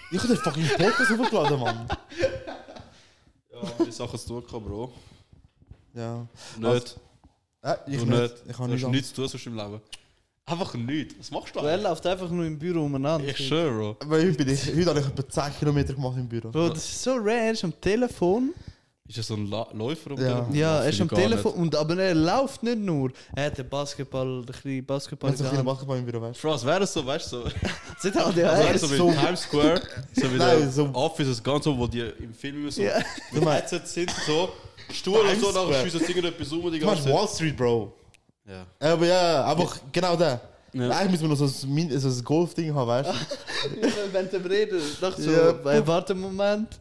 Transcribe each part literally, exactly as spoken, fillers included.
Ich habe den fucking Podcast hochgeladen, Mann. Ja, die Sachen zu tun kann, Bro. Ja. Nicht. Also, äh, ich du nicht. nicht. Ich Du habe hast nicht. nichts zu tun sonst im Leben. Einfach nichts. Was machst du Er eigentlich? läuft einfach nur im Büro umeinander. Ich schwöre, Bro. Weil heute, bin ich, heute habe ich etwa zehn Kilometer gemacht im Büro. Bro, das ist so rare. Er ist am Telefon. Ist er so ein La Läufer? am Ja. Telefon? Ja, er ist am Finde ich gar Telefon. Und, aber er läuft nicht nur. Er hat den Basketball, den kleinen Basketball Ich habe so in viel der Hand. Basketball im Büro, weißt nicht. Bro, wäre es so, weißt du, so. Sieht auch der Also wäre Eis. so wie so- Times Square, so wie Nein, der so- Office, ganz so, wo die im Film immer so Ja. Du meinst, Headsets sind, so Stuhl und Times so, nachher Square. schießt es irgendetwas um die du meinst ganze Zeit. Wall Street, Bro. Ja. Aber ja, einfach genau der. Ja. Eigentlich müssen wir noch so ein, Min- so ein Golf-Ding haben, weißt du? Wenn du redest, nach so, Ja. bei warte einen Moment.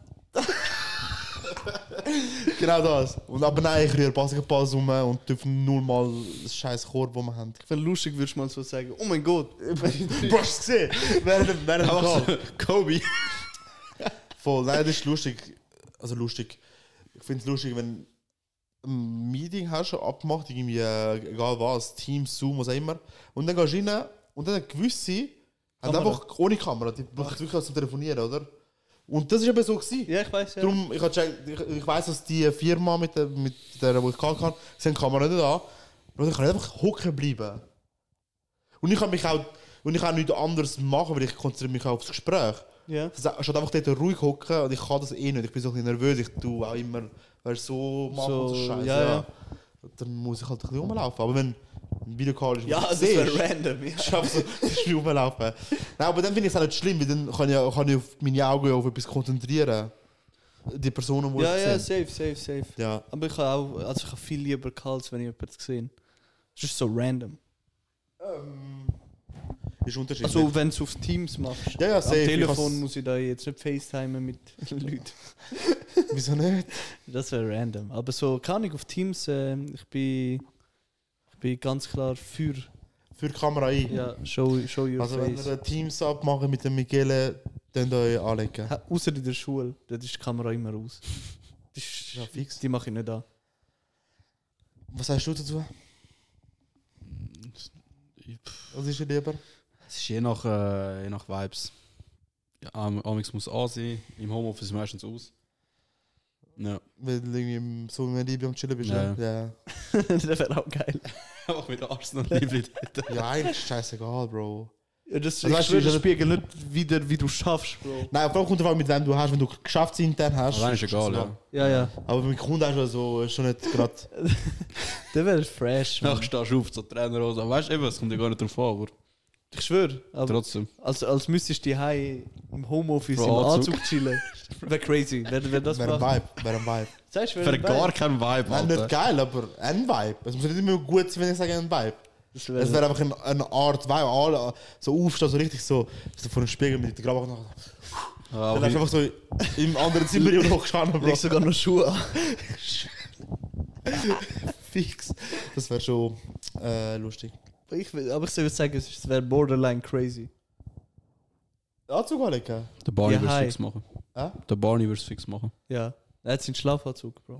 Genau das. Und aber nein, ich rühre Basketball rum und dürfen nur mal das scheiß Korb, das wir haben. Ich finde lustig, würdest du mal so sagen. Oh mein Gott. Bro, hast du gesehen? Während, während dem Einfach Call. so, Kobe. Voll, nein, das ist lustig. Also lustig. Ich finde es lustig, wenn du ein Meeting hast, schon abgemacht, irgendwie, äh, egal was, Teams, Zoom, was auch immer. Und dann gehst du rein und dann gewisse haben Kamera. einfach ohne Kamera, die brauchen es wirklich zum Telefonieren, oder? Und das war eben so. Gewesen. Ja, ich weiß ja. Darum, ich, hab gecheckt, ich, ich weiss, dass die Firma, mit der, mit der wo ich gehabt habe, sie haben die Kamera nicht an. Und ich kann nicht einfach hocken bleiben. Und ich kann mich auch, und ich kann nichts anderes machen, weil ich konzentriere mich auch aufs Gespräch. Ja. Das heißt, einfach dort ruhig hocken und ich kann das eh nicht. Ich bin so ein bisschen nervös, ich tue auch immer, weißt, so machen So, und so Scheiße. ja, Ja, ja. Dann muss ich halt ein bisschen rumlaufen. Aber wenn ein Videocall ist, wo Ja, du das siehst, wäre random. Ja. ich habe so ich will rumlaufen. Nein, aber dann finde ich es auch nicht schlimm, weil dann kann ich, kann ich auf meine Augen auf etwas konzentrieren. Die Personen, die Ja, ich ja, sehe. safe, safe, safe. Ja. Aber ich habe auch, also ich habe viel lieber Calls, wenn ich jemanden gesehen. Es ist so random. Ähm, ist unterschiedlich. Also wenn du es auf Teams machst. ja, ja, Am safe. Telefon Ich muss ich da jetzt nicht FaceTimen mit Leuten. has- Wieso nicht? Das wäre random. Aber so kann ich auf Teams, äh, ich bin, ich bin ganz klar für Für die Kamera ein. ja, show, show your Also wenn face. ihr Teams abmachen mit dem Michele, dann euch anlegen. Ha, Außer in der Schule, dort ist die Kamera immer aus. Das ist, Ja, fix. Die mache ich nicht an. Was sagst du dazu? Was ist dir lieber? Es ist je nach, äh, je nach Vibes. Ja, am Amix muss an sein, im Homeoffice meistens aus. Ja. Weil du irgendwie so in Liebe am Chillen bist. Ja. Ja, ja. Das wäre auch geil. Einfach mit Arsenal Liebling dort. Ja, eigentlich ist scheißegal, Bro. Ja, das Also, ich weißt du, schwöre, das das- spiegelt nicht wieder, wie du schaffst, Bro. Nein, vor allem kommt davon mit wem du hast, wenn du geschäftsintern hast. Allein ist egal, ja. Ja, ja. Aber mit Kunden hast du also ist schon nicht gerade. Der wäre fresh, Danach man. stehst du auf, so Trainerhose. Weißt du, eben, es kommt ja gar nicht drauf an, aber Ich schwöre. Aber trotzdem. als, als müsstest du die im Homeoffice Bro, im Anzug. Anzug chillen. Wäre crazy. Wer, wer das Wäre ein macht. Vibe. Wäre ein Vibe. Sagst du, Für wer gar keinen Vibe, Nein, nicht Alter. geil, aber ein Vibe. Es muss nicht immer gut sein, wenn ich sage ein Vibe. Das Es wäre wäre einfach eine, eine Art Vibe. Alle so aufstehen, so richtig so, so vor dem Spiegel mit der Krawatte nach. Ja, Dann hast du aber einfach so im anderen Zimmer und hochgeschaut, Bro. Legst sogar noch Schuhe an. Fix. Das wäre schon äh, lustig. Ich, will- aber ich würde sagen, es wäre borderline crazy. Anzug anlegen? der Barney Ja, wird es hi. fix machen. Hä? Der Barney wird es fix machen. Ja. Er hat seinen Schlafanzug, Bro.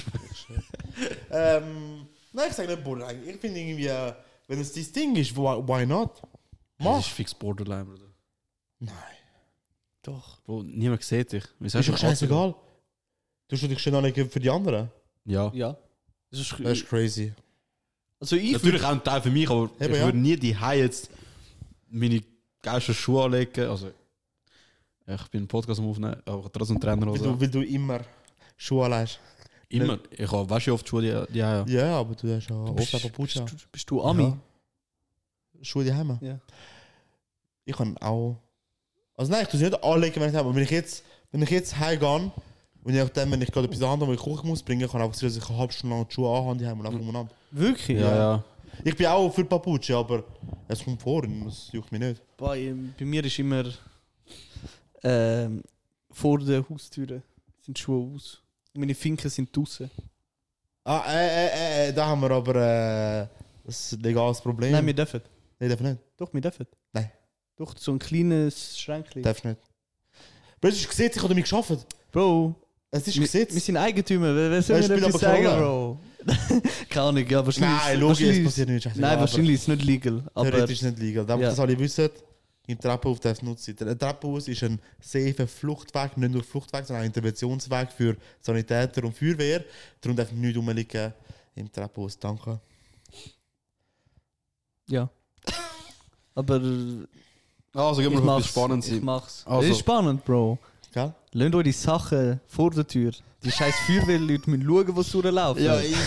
Ähm, nein, ich sage nicht Borderline. Ich finde irgendwie, äh, wenn es dein Ding ist, why, why not? Das Mach. ist fix Borderline, Bruder. Nein. Doch. Bro, niemand sieht dich. Wie Ist sagst doch scheißegal. Du dich schön anlegen für die anderen. Ja. Ja. Das ist, Das ist crazy. also ich Natürlich auch ein Teil für mich, aber Eben, ich ja. würde nie die Hause jetzt meine geilsten Schuhe anlegen. Also, ja, ich bin einen Podcast am Aufnehmen, aber trotzdem Trainer Weil oder du, weil du immer Schuhe anlegst. Immer. Ich habe, weißt du, wie oft Schuhe die, die haben. Ja, aber du hast ja oft bist, einfach Putsch. bist, du- bist du Ami? Ja. Schuhe die haben. Ja. Ich kann auch. Also nein, ich tue sie nicht anlegen, wenn ich habe. Aber wenn ich jetzt, wenn ich jetzt heimgehe und je nachdem, wenn ich gerade etwas anderes, wo ich kochen muss, bringen, kann ich einfach sein, dass ich eine halbe Stunde lang die Schuhe anhabe die haben und einfach umeinander. Wirklich? Ja, ja. Ich bin auch für Papucci, aber es kommt vor und das juckt mich nicht. Bei, bei mir ist immer ähm, vor der Haustüre sind die Schuhe aus. Und meine Finken sind draußen. Ah, äh, äh, äh, da haben wir aber äh, das ist ein legales Problem. Nein, wir dürfen. Nein, darf nicht. Doch, wir dürfen. Nein. Doch, so ein kleines Schränkchen. Darf nicht. Bro, es ist gesetzt, ich habe damit geschafft. Bro, Es ist wir, wir gesetzt. sind Eigentümer. Wer, wer soll Das mir spielt etwas aber keine sagen, Bro? Keine Ahnung, ja, wahrscheinlich. Nein, logisch, es wahrscheinlich- passiert nicht. scheißegal, Nein, aber wahrscheinlich ist es nicht legal. Aber Theoretisch nicht legal. Aber Ja. das alle wissen, im Treppenhaus darf nutzen. Der Treppenhaus ist ein safer Fluchtweg, nicht nur Fluchtweg, sondern auch ein Interventionsweg für Sanitäter und Feuerwehr. Darum darf nicht rumliegen im Treppenhaus. Danke. Ja. Aber äh, Also, gehen wir ich noch etwas mach's. spannend Ich sein. mach's. Also- Das ist spannend, Bro. Gell? Lasst euch die Sachen vor der Tür. Die scheiß Feuerwehrleute müssen schauen, was durchlaufen. Ja, easy.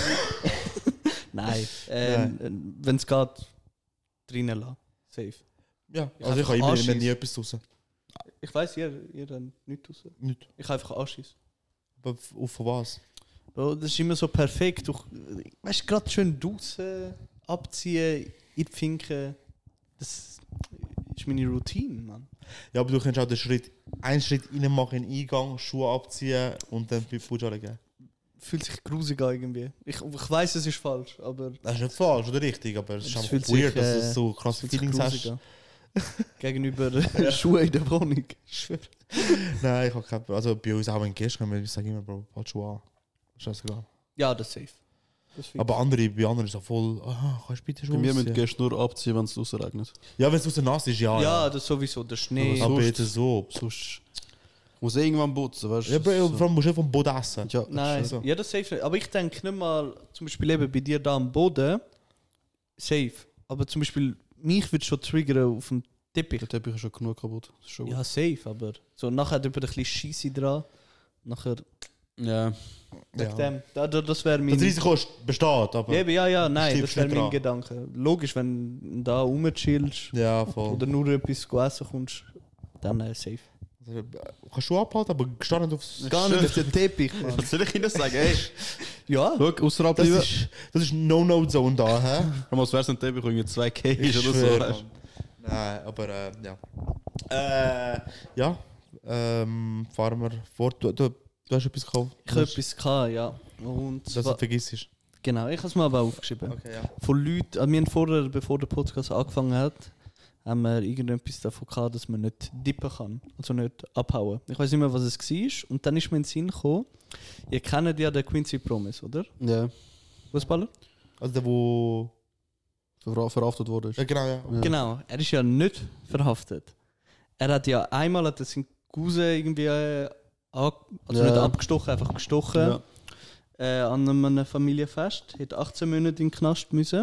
Nein. Ähm, Wenn es geht, drinnen lassen. Safe. Ja, Ich also ich einfach habe immer, immer anschiessen. nie etwas raus. Ich weiss, ihr, ihr habt nichts raus. Nicht. Ich einfach anschießen. Aber f- auf von was? Bro, das ist immer so perfekt. Du, weißt du, gerade schön draußen abziehen, in die Finken. Das ist meine Routine, Mann. Ja, aber du kannst auch den Schritt, einen Schritt rein machen in den Eingang, Schuhe abziehen und dann bei Putsch gehen. Fühlt sich grusig an irgendwie. Ich, ich weiss, es ist falsch, aber Das ist nicht falsch oder richtig, aber es ist Das einfach fühlt weird, sich, dass äh, du so krass fühlt sich Feelings grusig hast. an. Gegenüber äh, Schuhe in der Wohnung. Ich schwöre. Nein, ich habe keine. Also bei uns auch in Gästen, wir sagen immer, Bro, halt Schuhe an. Scheißegal. Ja, das ist safe. Das find Aber andere, bei anderen ist es so voll, ah, kannst du bitte Bei Schuhe mir müssen ausziehen? Gäste nur abziehen, wenn es draußen regnet. Ja, wenn es draußen nass ist, ja. ich. Ja, ja. das sowieso. Der Schnee. Aber Aber sonst- jetzt so. Sonst muss ich irgendwann putzen, weißt du? Ja, aber so. vor allem musst du vom Boden essen. Ja, Nein, so. ja, das safe nicht. Aber ich denke nicht mal, zum Beispiel eben bei dir da am Boden, safe. Aber zum Beispiel, mich würde schon triggern auf dem Teppich. der Teppich ist schon genug kaputt. Das ist schon Ja, safe, aber so nachher hat jemand ein bisschen Scheisse dran. Nachher, ja. wegen Ja. dem. Da, da, das wäre mein... Das Risiko ist- besteht, aber. Eben, ja, ja, nein, stirbst das wäre nicht mein dran. Gedanke. Logisch, wenn du da rumchillst Ja, voll. oder nur etwas zu essen kommst, dann äh, safe. Also, kannst du abhalten, aber geh nicht aufs. Gar nicht auf den Teppich, Mann. Was soll ich Ihnen sagen? Ey, Ja, schau, außerhalb Das bleiben. ist, das ist No-No-Zone da, hä? Was wäre es, ein Teppich irgendwie zwei K Ich ist oder so? schwör, weißt Mann. Nein, aber äh, ja. Äh, ja. Ähm, fahren wir fort. Du, du, du hast etwas gekauft. ich habe etwas gehabt, ja. Und Dass du zwar, vergisst. genau, ich habe es mir aber aufgeschrieben. Okay, ja. Von Leuten, also wir haben vorher, bevor der Podcast angefangen hat, haben wir irgendetwas davon gehabt, dass man nicht dippen kann, also nicht abhauen. Ich weiß nicht mehr, was es war. Und dann ist mir in den Sinn gekommen, ihr kennt ja den Quincy Promise, oder? Ja, Fußballer? Also der, wo. ver verhaftet wurde. Ja, genau, ja. Ja. Genau, er ist ja nicht verhaftet. Er hat ja einmal hat er seinen Cousin irgendwie äh, an, also Ja. nicht abgestochen, einfach gestochen Ja. äh, an einem Familienfest. Hat achtzehn Monate in den Knast müssen.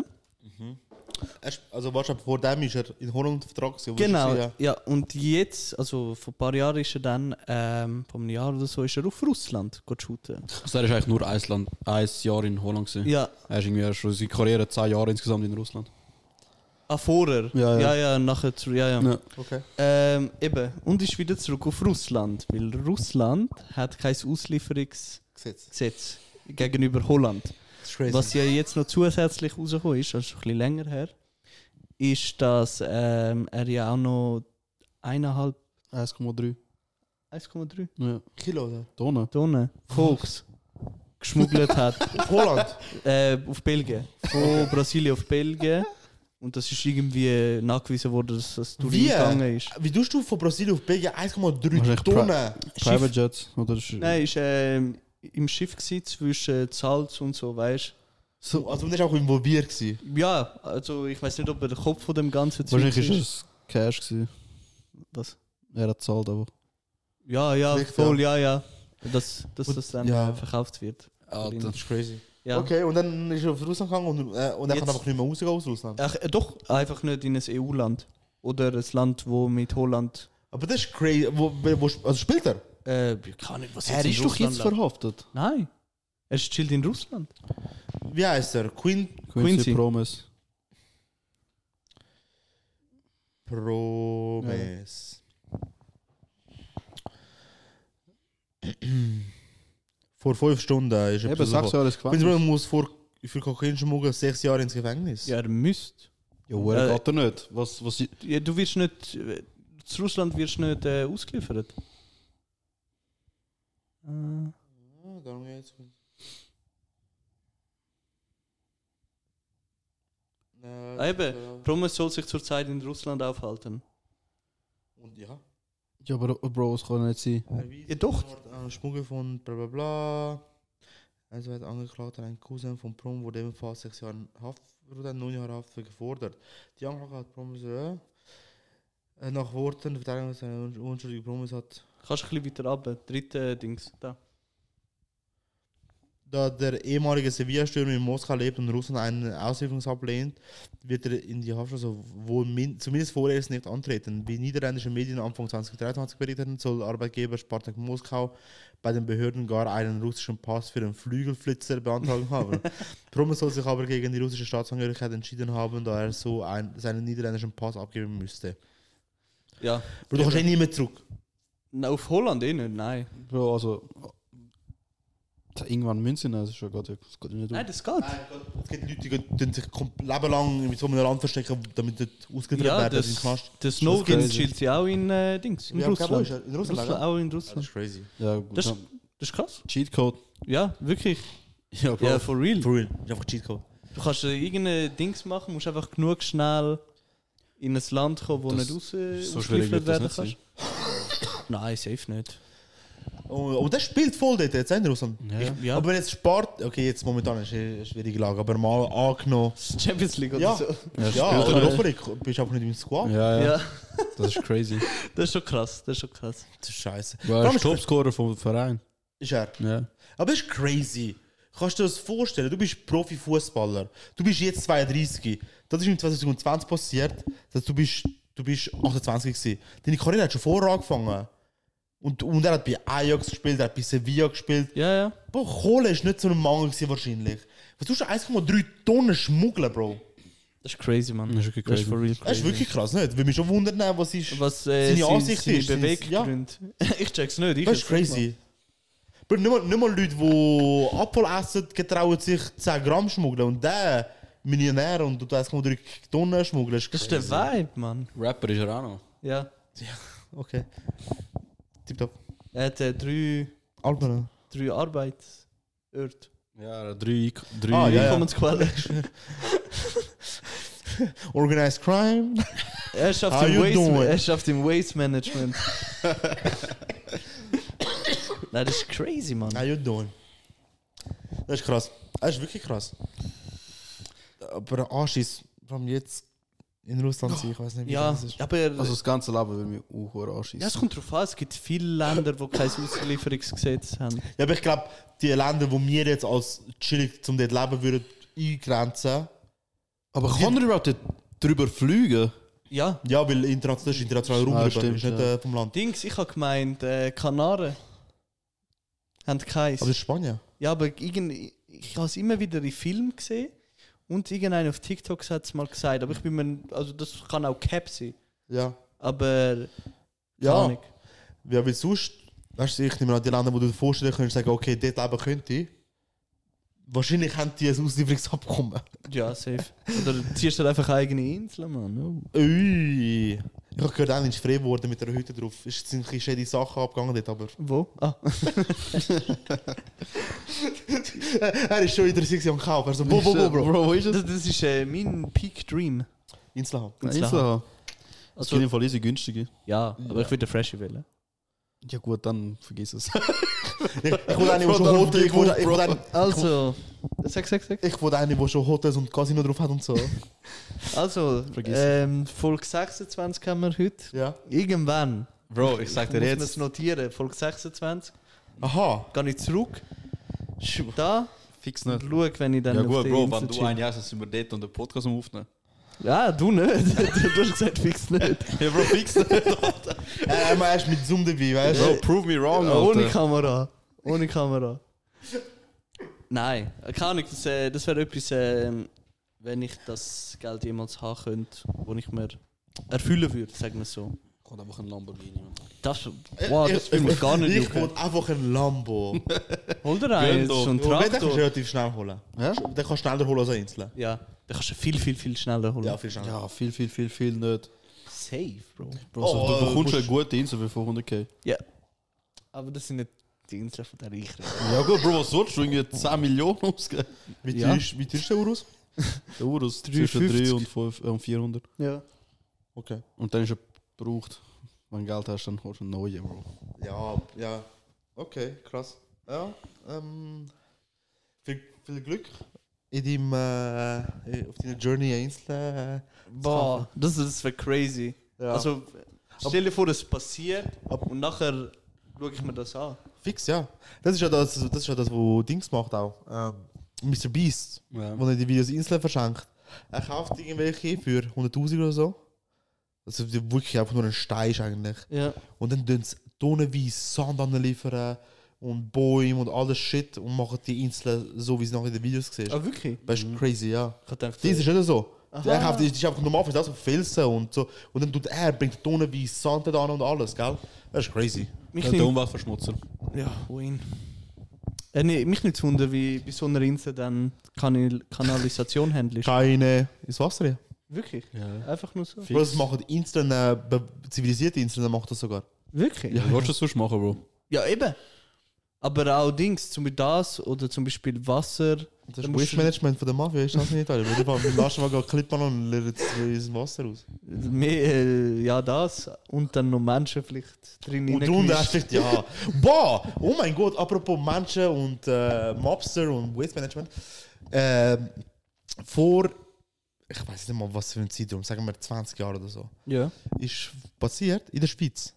Erst, also warte, vor dem ist er in Holland Vertrag gewesen, wo Genau, ist er, ja. Und jetzt, also vor ein paar Jahren ist er dann, ähm, vor einem Jahr oder so, ist er auf Russland geht shooten. Also er ist eigentlich nur ein, Land, ein Jahr in Holland gewesen. Ja, Er ist irgendwie schon seine Karriere zehn Jahre insgesamt in Russland. ah, vorher. Ja, ja. ja, ja nachher, zu- ja, ja. Ja. Okay. Ähm, eben, und ist wieder zurück auf Russland, weil Russland hat kein Auslieferungsgesetz Gesetz. gegenüber Holland. Das ist crazy. Was ja jetzt noch zusätzlich rausgekommen ist, also schon ein bisschen länger her, ist, dass ähm, er ja auch noch eineinhalb, eins Komma drei. eins Komma drei Ja. Kilo, oder? Tonnen. Tonnen Koks geschmuggelt hat Auf Holland? äh, auf Belgien. Von Brasilien auf Belgien. Und das ist irgendwie nachgewiesen worden, dass das durch ihn Wie? gegangen ist. Wie tust du von Brasilien auf Belgien eins Komma drei Wahrscheinlich Tonnen? Private Jets. Oder ist Nein, ist ähm, im Schiff gewesen, zwischen Salz und so, weißt So, also du warst auch involviert gewesen. du? Ja, also ich weiß nicht, ob er der Kopf von dem ganzen Wahrscheinlich Zeug ist es Cash gewesen. Das. Er hat gezahlt, aber. Ja, ja, Vielleicht, voll, ja, ja. Dass, dass Und- das dann ja. äh, verkauft wird. Alter. Das ist crazy. Ja. Okay, und dann ist er auf Russland gegangen und, äh, und er kann Jetzt- einfach nicht mehr rausgehen aus Russland. Ach, äh, doch, einfach nicht in ein E U-Land. Oder ein Land, wo mit Holland. Aber das ist crazy. Wo, wo, also spielt er? Äh, ich kann nicht, was Er jetzt in ist doch Russland jetzt läuft. verhaftet. Nein. Er ist chillt in Russland. Wie heißt er? Queen Quincy, Quincy. Promise. Promes. Vor fünf Stunden ist er Eben sechs Jahre ins Quincy Gefängnis. Promes muss vor, für Kokainschmuggel sechs Jahre ins Gefängnis. Ja, er müsste. Ja, woher Äh, geht er nicht? Was, was, Ja, du wirst nicht. äh, Zu Russland wirst du nicht äh, ausgeliefert. Äh, Ah, darum geht's. Äh, Ah, eben. ja. Promes soll sich zurzeit in Russland aufhalten. Und ja. ja, aber Bro, das kann nicht sein. Ja, doch. Ein Schmuggel von bla bla bla. Also wird angeklagt, ein Cousin von Prom wurde ebenfalls sechs Jahre Haft, wurde neun Jahre Haft gefordert. Die Anklage hat Prom so, Äh, nach Worten, Verteidigung, was eine unschuldige Promis hat. Kannst du ein bisschen weiter runter. Dritte Dings. Da. Da der ehemalige Sevilla-Stürmer in Moskau lebt und Russland eine Auslieferung ablehnt, wird er in die Haftstrafe wohl min- zumindest vorerst nicht antreten. Wie niederländische Medien Anfang zwanzig dreiundzwanzig berichteten, soll Arbeitgeber Spartak Moskau bei den Behörden gar einen russischen Pass für einen Flügelflitzer beantragen haben. Promis soll sich aber gegen die russische Staatsangehörigkeit entschieden haben, da er so ein, seinen niederländischen Pass abgeben müsste. Ja. Aber du kannst eh nie mehr zurück. Na, auf Holland eh nicht, nein. Bro, also. Irgendwann Münzen, das ist schon Gott, das geht nicht Nein, um. das geht. Es gibt Leute, die gehen sich kom- lebenlang mit so einem Land verstecken, damit nicht ausgeliefert Ja, werden das, im Knast. das Snowden crazy. chillt ja auch in äh, Dings. In Ja, Russland. wo ist er? In Russland, Russland ja? auch in Das Russland. ist crazy. Ja, gut. Das, ja. das ist krass. Cheatcode. Ja, wirklich. Ja, Bro. Ja, for real. For real. Das ist einfach Cheatcode. Du kannst äh, irgendein Dings machen, musst einfach genug schnell in ein Land kommen, wo Das- nicht raus, äh, so schwierig ausgeliefert wird das werden nicht kannst. Nein, safe nicht. Und, und das spielt voll dort jetzt in Russland. Ja. Ich, ja, Aber wenn jetzt Sport, okay, jetzt momentan ist es eine schwierige Lage, aber mal angenommen. Champions League oder Ja. so. Ja, Ja, spielt oder er. Europa League, bist du einfach nicht im Squad. Ja, ja, Ja, das ist crazy. das ist schon krass, das ist schon krass. Das ist scheiße. Du bist Topscorer vom Verein. Ist er. Ja. Aber das ist crazy. Kannst du dir das vorstellen? Du bist Profifußballer. Du bist jetzt zweiunddreißig. Das ist im zwanzig zwanzig passiert. Dass du bist, du bist achtundzwanzig gewesen. Deine Karriere hat schon vorher angefangen. Und, und er hat bei Ajax gespielt, er hat bei Sevilla gespielt. Ja, ja. Bro, Kohle ist nicht so ein Mangel gewesen, wahrscheinlich. Was tust du eins Komma drei Tonnen schmuggeln, Bro? Das ist crazy, man. Das ist wirklich Das ist crazy. for real Das ist wirklich krass, nicht? Würde mich schon wundern, was ist Was äh, seine seine, Ansicht seine ist. seine- Beweggründe. Ich check's nicht. Ich Das ist jetzt nicht, crazy. Bro, nicht mal, nicht mal Leute, die Apfel essen, getrauen sich zehn Gramm schmuggeln. Und der Millionär und du eins Komma drei Tonnen schmuggeln. Das ist der Vibe, man. Rapper ist er auch noch. Ja. Okay. Tipptopp. Er hat äh, drei, Alben. drei Arbeitsorte. Ja, drei, drei Ah, ja, ja. Einkommensquellen. Organized Crime. Er schafft, How im you Waste, doing? er schafft im Waste Management. Nein, das ist crazy, man. How you doing? Das ist krass. Das ist wirklich krass. Aber Anschiss, warum jetzt in Russland sein, ich weiß nicht, wie Ja, das ist. aber Also das ganze Leben will mich auch anschießen. ja, es kommt drauf an. Es gibt viele Länder, die kein Auslieferungsgesetz haben. Ja, aber ich glaube, die Länder, wo wir jetzt als chillig zum dort leben würden, eingrenzen. Aber kann er überhaupt dort drüber fliegen? Ja, Ja, weil international, das ist international Raum Ah, drüber, stimmt, ist nicht ja. äh, vom Land. Dings, ich habe gemeint, äh, Kanaren haben keins. Aber das ist Spanien. Ja, aber irgend, ich habe es immer wieder in Filmen gesehen und irgendeiner auf TikTok hat es mal gesagt. Aber ich bin mir, also das kann auch Cap sein. Ja. Aber keine Ja. Ahnung. Ja, weil sonst, weißt du, ich nehme an, die Länder, wo du dir vorstellen könntest, sagen, okay, dort leben könnte ich. Wahrscheinlich haben die ein Auslieferungsabkommen. Ja, safe. Oder ziehst du halt einfach eigene Inseln, Mann. Oh. Ui. Ich habe gehört, einer ist frei geworden mit einer Hütte drauf. Es sind ein bisschen shady Sachen abgegangen dort, aber... Wo? Ah. er ist schon interessiert am Kauf. Er so, wo, wo, wo, Bro? Bro, wo ist Das, es? das ist äh, mein Peak Dream. Insel haben. Eine Insel Insel haben. Das Also, geht im Fall easy günstige. ja, aber ich würde Freshy wählen. Ja gut, dann vergiss es. Ich, ich wollte einen, der schon Hotels... Ich wollte ich wollte einen- Also, sag, sag, sag. ich wollte einen, der schon Hotels und Casino drauf hat und so. Also, Vergiss. ähm, Folge sechsundzwanzig haben wir heute. Ja. Irgendwann. Bro, ich sag dir muss man es jetzt. notieren. Folge sechsundzwanzig. Aha. Gehe ich zurück. Da. Fix Und nicht. schau, wenn ich dann Ja auf gut, die Bro, Insel wenn du chill. ein Jahr sind wir dort und den Podcast am aufnehmen. Ja, du nicht. Du hast gesagt, fix nicht. Ja Bro, fix nicht. Er äh, er ist mit Zoom dabei, weißt du? Bro, prove me wrong, Ohne Alter. Kamera. Ohne Kamera. Nein, keine Ahnung, das, äh, das wäre etwas, äh, wenn ich das Geld jemals haben könnte, wo ich mir erfüllen würde, sagen wir es so. Kommt einfach ein Lamborghini. Mann. Das, wow, das will mich gar nicht Ich jucken. wollte einfach ein Lambo. Hol dir einen, das ist schon ein Und den kannst du Traktor. relativ schnell holen. Ja? Den kannst du schneller holen als eine Insel. Ja, den kannst du viel, viel, viel schneller holen. Ja, viel schneller. Ja, viel, viel, viel, viel nicht. Safe, Bro. Bro, also, Oh, du äh, bekommst musst- eine gute Insel für fünfhundert K. Ja. Aber das sind nicht die Inseln von der Reichen. Ja gut, Bro, was sollst du? Irgendwie zehn Millionen ausgeben? Wie Ja. teuer ist wie teuer ist der Urus? Der Urus zwischen dreihundertfünfzig. drei und fünf, äh, und vierhundert. Ja. Okay. Und dann ist er gebraucht. Wenn du Geld hast, dann holst du einen neuen, Bro. Ja, ja. Okay, krass. Ja, ähm... Viel, viel Glück in deinem, äh, auf deiner Journey an Insel. Äh, Boah, das, das wäre crazy. Ja. Also, stell dir vor, es passiert und nachher schaue ich mir das an. Fix, ja. Das ist ja das, das, ist ja das was Dings macht auch. Ähm, Mister Beast, Ja. wo er die Videos Inseln verschenkt. Er kauft irgendwelche für hunderttausend oder so. Also die wirklich einfach nur ein Stein ist eigentlich. Ja. Und dann tun sie tonnenweise Sand anliefern und Bäume und alles Shit und machen die Inseln so, wie es nachher in den Videos siehst. Ah, wirklich? Das ist crazy, ja. Ich dachte, Das ist nicht so. Aha. Er kauft, das ist einfach normal, das auf Felsen und so. Und dann tut er, bringt tonnenweise Sand da und alles, gell? Das ist crazy. mich Der nimmt, Umweltverschmutzer. ja, wohin? Äh, nee, mich nicht zu wundern, wie bei so einer Insel dann Kanal Kanalisation handelst. Keine ins Wasser, ja. Wirklich? Ja. Einfach nur so? Bro, das machen Inseln, äh, be- zivilisierte Inseln machen das sogar. Wirklich? Ja, was willst du das sonst machen, Bro? Ja, eben. Aber auch Dings, zum Beispiel das oder zum Beispiel Wasser. Das Da ist musst Waste Management von der Mafia, ist das in Italien? Weil die fahren mit dem Lasten mal Klippen an und leeren es ins Wasser aus. Mehr, äh, ja, das und dann noch Menschen vielleicht drin Und du hast vielleicht, ja. Boah! Oh mein Gott, apropos Menschen und äh, Mobster und Waste Management. Ähm, vor, ich weiß nicht mal, was für ein Zeitraum, sagen wir zwanzig Jahre oder so, Ja. ist passiert in der Schweiz.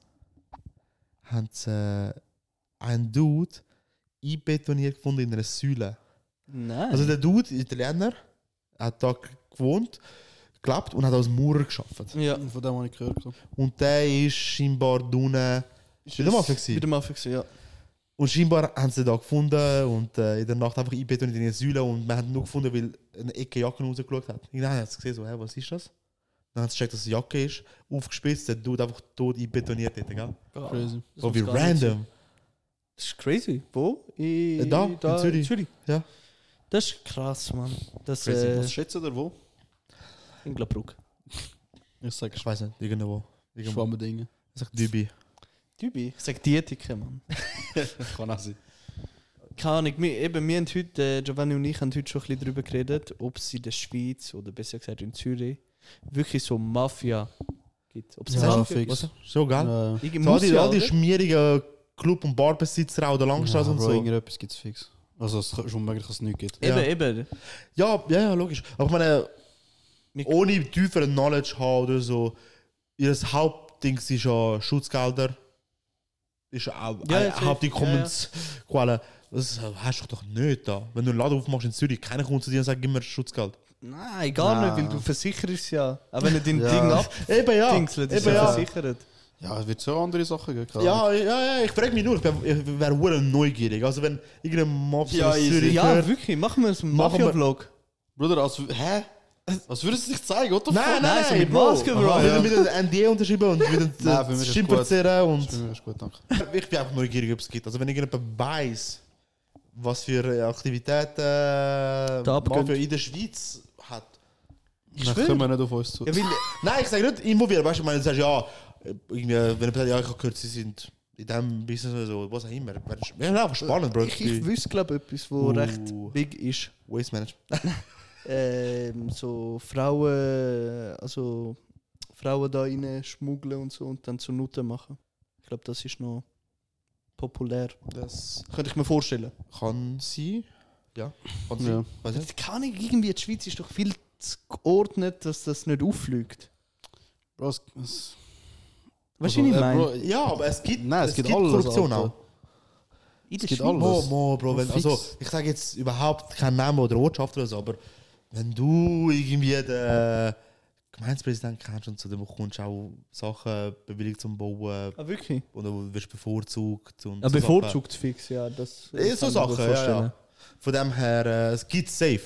Haben sie äh, einen Dude einbetoniert gefunden in einer Säule. Nein. Also der Dude, Italiener, hat da gewohnt, gelebt und hat als Maurer gearbeitet. ja. Von dem habe ich gehört. So. Und der ist scheinbar drinnen bei der Mafia gewesen. Bei der Mafia gewesen, ja. Und scheinbar haben sie da gefunden und äh, in der Nacht einfach einbetoniert in eine Säule und wir haben nur gefunden, weil eine Ecke Jacke rausgeschaut hat. Irgendwann haben sie gesehen, so, hä, was ist das? Dann haben sie gecheckt, dass es eine Jacke ist, aufgespitzt, der Dude einfach tot einbetoniert hat, gell? Crazy. Das So muss wie gar nicht sein. random. Das ist crazy. Wo? I, Äh, da, in Zürich. Ja. Das ist krass, Mann. Das Crazy. äh, Was schätzt ihr wo? in Glabruck. Ich sag Ich weiß nicht, irgendwo. irgendwo. schwamme Dinge. Ich sag Dübi. Dübi. Ich sag Dietike, Mann. Kann auch sein. Keine Ahnung. Wir, eben, wir haben heute, äh, Giovanni und ich haben heute schon ein bisschen darüber geredet, ob es in der Schweiz oder besser gesagt in Zürich wirklich so Mafia gibt. Ob es Ja, Mafia fix. gibt. So geil. Ja, Irgendwie So all muss die, ja, all die oder? schmierigen Club- und Barbesitzer auch der Langstraße ja, und Bro, so. irgendetwas gibt es fix. Also es ist unmöglich, dass es nichts gibt. Eben, Ja. eben. Ja, ja, ja, logisch. Aber ich meine, Wir- ohne tieferen Knowledge haben oder so, ihr Hauptding ist ja Schutzgelder. Ist auch Ja, eine ja, safe. Haupteinkommensquelle. Das hast du doch nicht da. Wenn du einen Laden aufmachst in Zürich, keiner kommt zu dir und sagt, gib mir Schutzgeld. Nein, gar Nein. nicht, weil du versicherst es ja. Auch wenn du dein Ja. Ding ab Eben ja. dingselt, ist Eben ja ja. versichert. Ja, es wird so andere Sachen geben. keine Ja, Ahnung. ja, ja, ich frage mich nur, ich, bin- ich wäre hure neugierig. Also wenn irgendein Mob Ja, aus easy. Zürich Ja, hört, wirklich, machen wir einen Machen wir- Mafia-Vlog. Bruder, als... Hä? Was würdest du dich zeigen? What the Nein, fuck? nein, Nein, nein, so mit Bro. Maske, Bro. Aha, Ja. Mit einem N D A unterschrieben und mit Nein, für einem mich ist Schimpfer gut. zerren und... Das ist gut, danke. Ich bin einfach neugierig, ob es gibt. Also wenn irgendjemand weiß, was für Aktivitäten äh, Da abgeht. Mafia in der Schweiz hat. Ich Dann schwöre. kommen wir nicht auf uns zu. Ja, weil, Nein, ich sage nicht involviert. Weißt du, ich meine, du sagst ja, irgendwie, wenn jemand sagt, ja, ich habe gehört, sie sind in diesem Business oder so, was auch immer. Ja, einfach spannend, Bro. ich, ich wüsste, glaube ich, etwas, was Uh. recht big ist. Waste Management. Ähm, so Frauen, also Frauen da rein schmuggeln und so und dann zu Nutten machen. Ich glaube, das ist noch populär. Das Könnte ich mir vorstellen. kann sein. Ja, kann Ja. sein. Weiß nicht. Das kann ich irgendwie, die Schweiz ist doch viel zu geordnet, dass das nicht auffliegt. Bro, es, es, Weißt du, wie ich äh, meine? Bro, Ja, aber es gibt, Nein, es gibt alles, Korruption Alter. auch. In es gibt alles. Mo, Mo, Bro, wenn, Fix. also ich sage jetzt überhaupt keinen Namen oder Ortschaft oder so, aber wenn du irgendwie den Gemeindepräsidenten kennst und zu dem kommst auch Sachen bewilligt zum Bauen Ah, wirklich? oder du wirst bevorzugt und Ja, so bevorzugt fix, ja. Das, Sachen. Eh, so kann ich mir Sachen, ja, vorstellen. ja. Von dem her, äh, es gibt safe.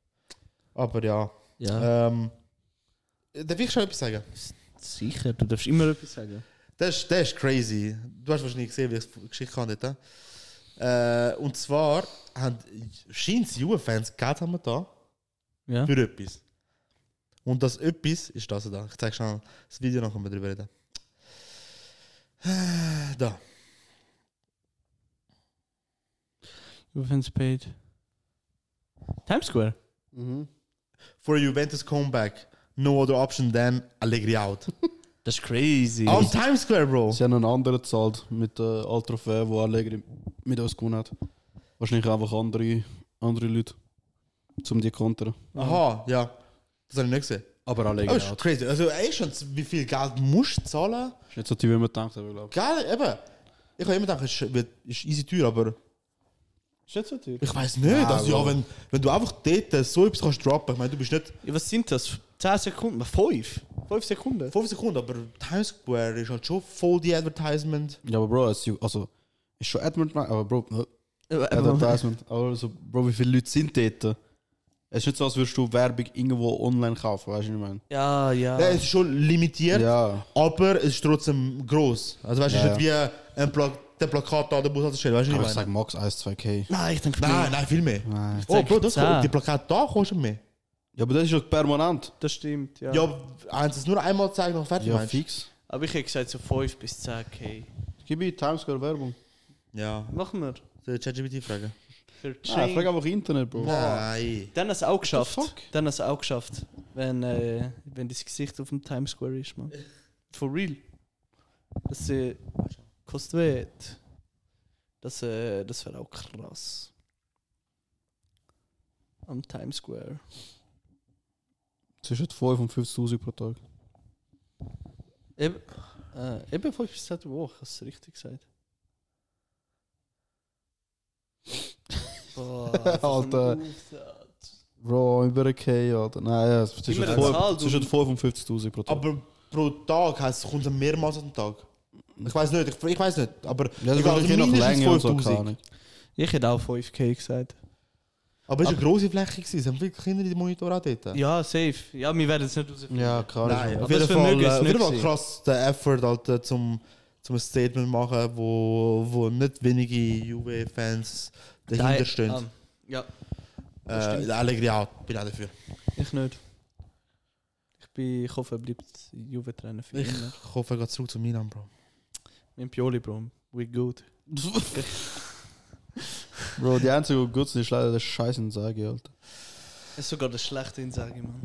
Aber ja. Ja, Ähm, darf ich schon etwas sagen? sicher, du darfst immer etwas sagen. Das ist, das ist crazy. Du hast wahrscheinlich gesehen, wie ich die Geschichte kann. Nicht, äh, und zwar haben scheint Juve-Fans Geld haben wir da Ja. für etwas. Und das etwas ist das da. Ich zeige schon das Video, dann können wir darüber reden. Da. Juventus paid. Times Square? mhm. For a Juventus comeback, no other option than Allegri out. Das ist crazy. On Times Square, Bro. Sie haben einen anderen gezahlt mit der äh, Trophäe, die Allegri mit uns gewonnen hat. Wahrscheinlich einfach andere, andere Leute, um die zu kontern. Aha, ja. Das habe ich nicht gesehen. Aber alle Aber das Geld. ist crazy. Also, ey, schon, wie viel Geld musst du zahlen? Ist nicht so teuer, wie man denkt, aber ich glaube. Geil, eben. Ich habe immer gedacht, es ist, wird- ist easy teuer, aber Ist nicht so teuer. ich weiß nicht. Ja, also, ja, Bro. wenn, wenn du einfach dort so etwas kannst droppen, ich meine, du bist nicht Ja, was sind das? zehn Sekunden? fünf? fünf Sekunden? fünf Sekunden, aber Times Square ist halt schon voll die Advertisement. Ja, aber Bro, es, also, ist schon Advertisement, aber Bro, Ja, Advertisement. Aber so, Bro, wie viele Leute sind dort? Es ist nicht so, als würdest du Werbung irgendwo online kaufen, weißt du, was ich meine? ja. ja. Ja, es ist schon limitiert, Ja. aber es ist trotzdem gross. Also, weißt du, Ja, es ist nicht wie ein Pla der Plakat da, der Bushaltestelle, weißt du, Aber was ich ich sag meine? Max eins, zwei K. Nein, ich denke Nein, nicht. nein, viel mehr. Nein. Oh, Bro, das, zehn. die Plakate da kosten mehr. Ja, aber das ist doch permanent. Das stimmt, ja. Ja, eins ist nur einmal zeigen, noch fertig, Ja, meinst du? fix. Aber ich hätte gesagt so fünf bis zehn K. Gib mir Times Square Werbung. Ja. Machen wir. Soll ich ChatGPT fragen? Für Nein, Chain. frag einfach Internet, Bro. Nein. Dann hast du auch geschafft. fuck? Dann hast du auch geschafft. Wenn, äh, wenn das Gesicht auf dem Times Square ist, man. For real. Das äh, kostet wert. Das, äh, das wäre auch krass. Am Times Square. Zwischen fünf und fünfzigtausend pro Tag. Eben, äh, eben fünf bis zehn Wochen, hast du richtig gesagt. Boah, Alter. Bro, über ein K, Alter. Nein, ja, zwischen Immer eine Zahl, du- zwischen fünf und fünfzigtausend pro Tag. Aber pro Tag heisst es, kommt es mehrmals am Tag. Ich weiß nicht, ich, ich weiß nicht, aber ja, das ich ist also je nach mindestens Länge und so, fünftausend. keine Ahnung. Ich hätte auch fünf K gesagt. Aber es war eine grosse Fläche, gewesen. Es haben viele Kinder in den Monitor auch dort. Ja, safe. Ja, wir werden es nicht rausfinden. Ja, klar. Nein, ist auf Aber jeden das Fall, Vermögen ist äh, auf nicht jeden Fall gewesen. krass, der Effort, Alter, zum, zum ein Statement machen, wo, wo nicht wenige Juve-Fans dahinter stehen. Ah, ja, Äh, der Allegri auch, bin auch dafür. ich nicht. Ich, bin, ich hoffe, er bleibt Juve-Trainer für Ich immer. hoffe, er geht zurück zu Milan, Bro. Mit Pioli, Bro. We good. Bro, die einzige, die gut sind, ist leider der Scheiß in Sage, Alter. Das ist sogar das schlechte Insage, Mann.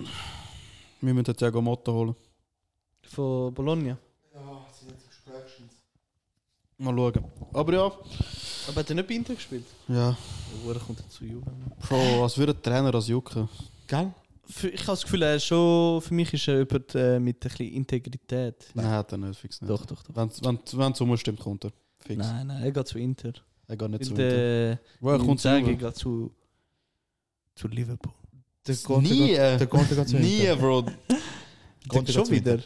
Wir müssen Thiago Motta holen. Von Bologna. Ja, sie sind Gesprächs. Mal schauen. Aber ja. Aber hat er nicht bei Inter gespielt? Ja. Wo kommt er zu Juve? Mann? Bro, was würde ein Trainer das jucken? Gell? Für, ich habe das Gefühl, er ist schon, für mich ist er jemand äh, mit ein bisschen Integrität. Nein, hat er nicht, fix nicht. Doch, doch, doch. Wenn wenn wenn es umstimmt, kommt er. Fix. Nein, nein, er geht zu Inter. Er geht nicht Weil zu Inter. der Bro, er kommt zu Inzaghi Juve. geht zu, zu Liverpool. Der Nie, geht- äh, Der Conte geht zu Nie, Inter. Bro. Conte schon geht zu Inter. wieder.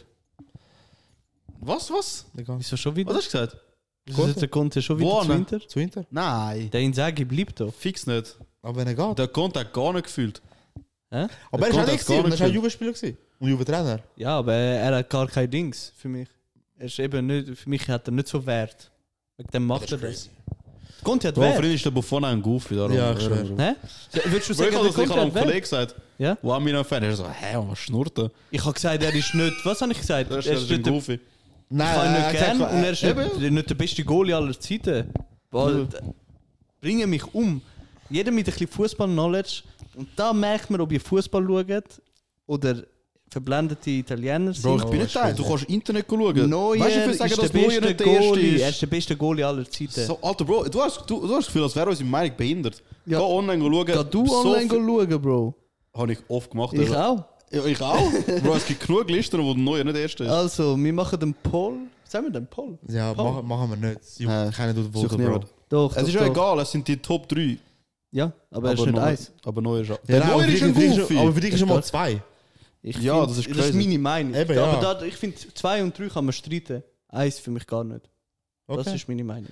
Was, was? Der geht Wieso schon wieder? Was hast du gesagt? Wieso ist der Conte schon wieder Wo zu ne? Inter? Zu Inter? Nein. Der Inzaghi bleibt doch. Fix nicht. Aber wenn er geht. Der Conte hat gar nicht gefühlt. Hä? Aber er Conte ist auch hat's nicht gar gewesen, und er nicht ist auch gefühlt. Juve-Spieler gewesen. Und Juve-Trainer. Ja, aber er hat gar kein Dings für mich. Er ist eben nicht, für mich hat er nicht so Wert. Wegen dem macht er das. Conte hat Bro, Wert. für ihn ist der Buffon auch ein Goofy. Darum. Ja, ich schwör. Hä? Würdest du Bro, sagen, ich habe der das nicht Conte einem hat Wert? Kollegen gesagt. Ja? Wo haben wir noch Fan? Er ist so, hä, was schnurrt er? Ich habe gesagt, er ist nicht. Was habe ich gesagt? Er ist Er ist ein nicht der, ich Goofy. Nein, habe ihn er nicht hat gern gesagt, und er ist eben. nicht, nicht der beste Goalie aller Zeiten. Boah, bringe mich um. Jeder mit ein bisschen Fußball-Knowledge. Und da merkt man, ob ihr Fußball schaut oder verblendete Italiener sind. Bro, ich bin nicht Oh, da. Du kannst Internet schauen. Neuer Weißt du, ich will sagen, ist dass der Neuer beste nicht der Erste Goalie. Er ist. ist der beste Goalie aller Zeiten. So, Alter, Bro, du hast, du, du hast das Gefühl, als wäre unsere Meinung behindert. Ja. Geh online schauen. Geh du so online viel- schauen, Bro. Habe ich oft gemacht. Ich aber- auch. Ja, ich auch. Bro, es gibt genug Listen, wo der Neue nicht der Erste ist. Also, wir machen den Poll. Sagen wir den Poll? Ja, Paul. machen, machen wir nicht. Sie Nein, keiner tut sucht Vote, Bro. niemand. Doch, Es doch, ist ja doch. egal, es sind die Top drei. Ja, aber er ist nicht Neuer- eins. Aber Neuer ist auch. Ja, Der nein, aber Neuer ist für ein dich- für dich- Goofy. Aber für dich ist schon mal Das zwei. Ich Ja, find, das ist Das ist crazy. meine Meinung. Eben, aber ja. da, ich finde, zwei und drei kann man streiten. Eins für mich gar nicht. Das Okay, ist meine Meinung.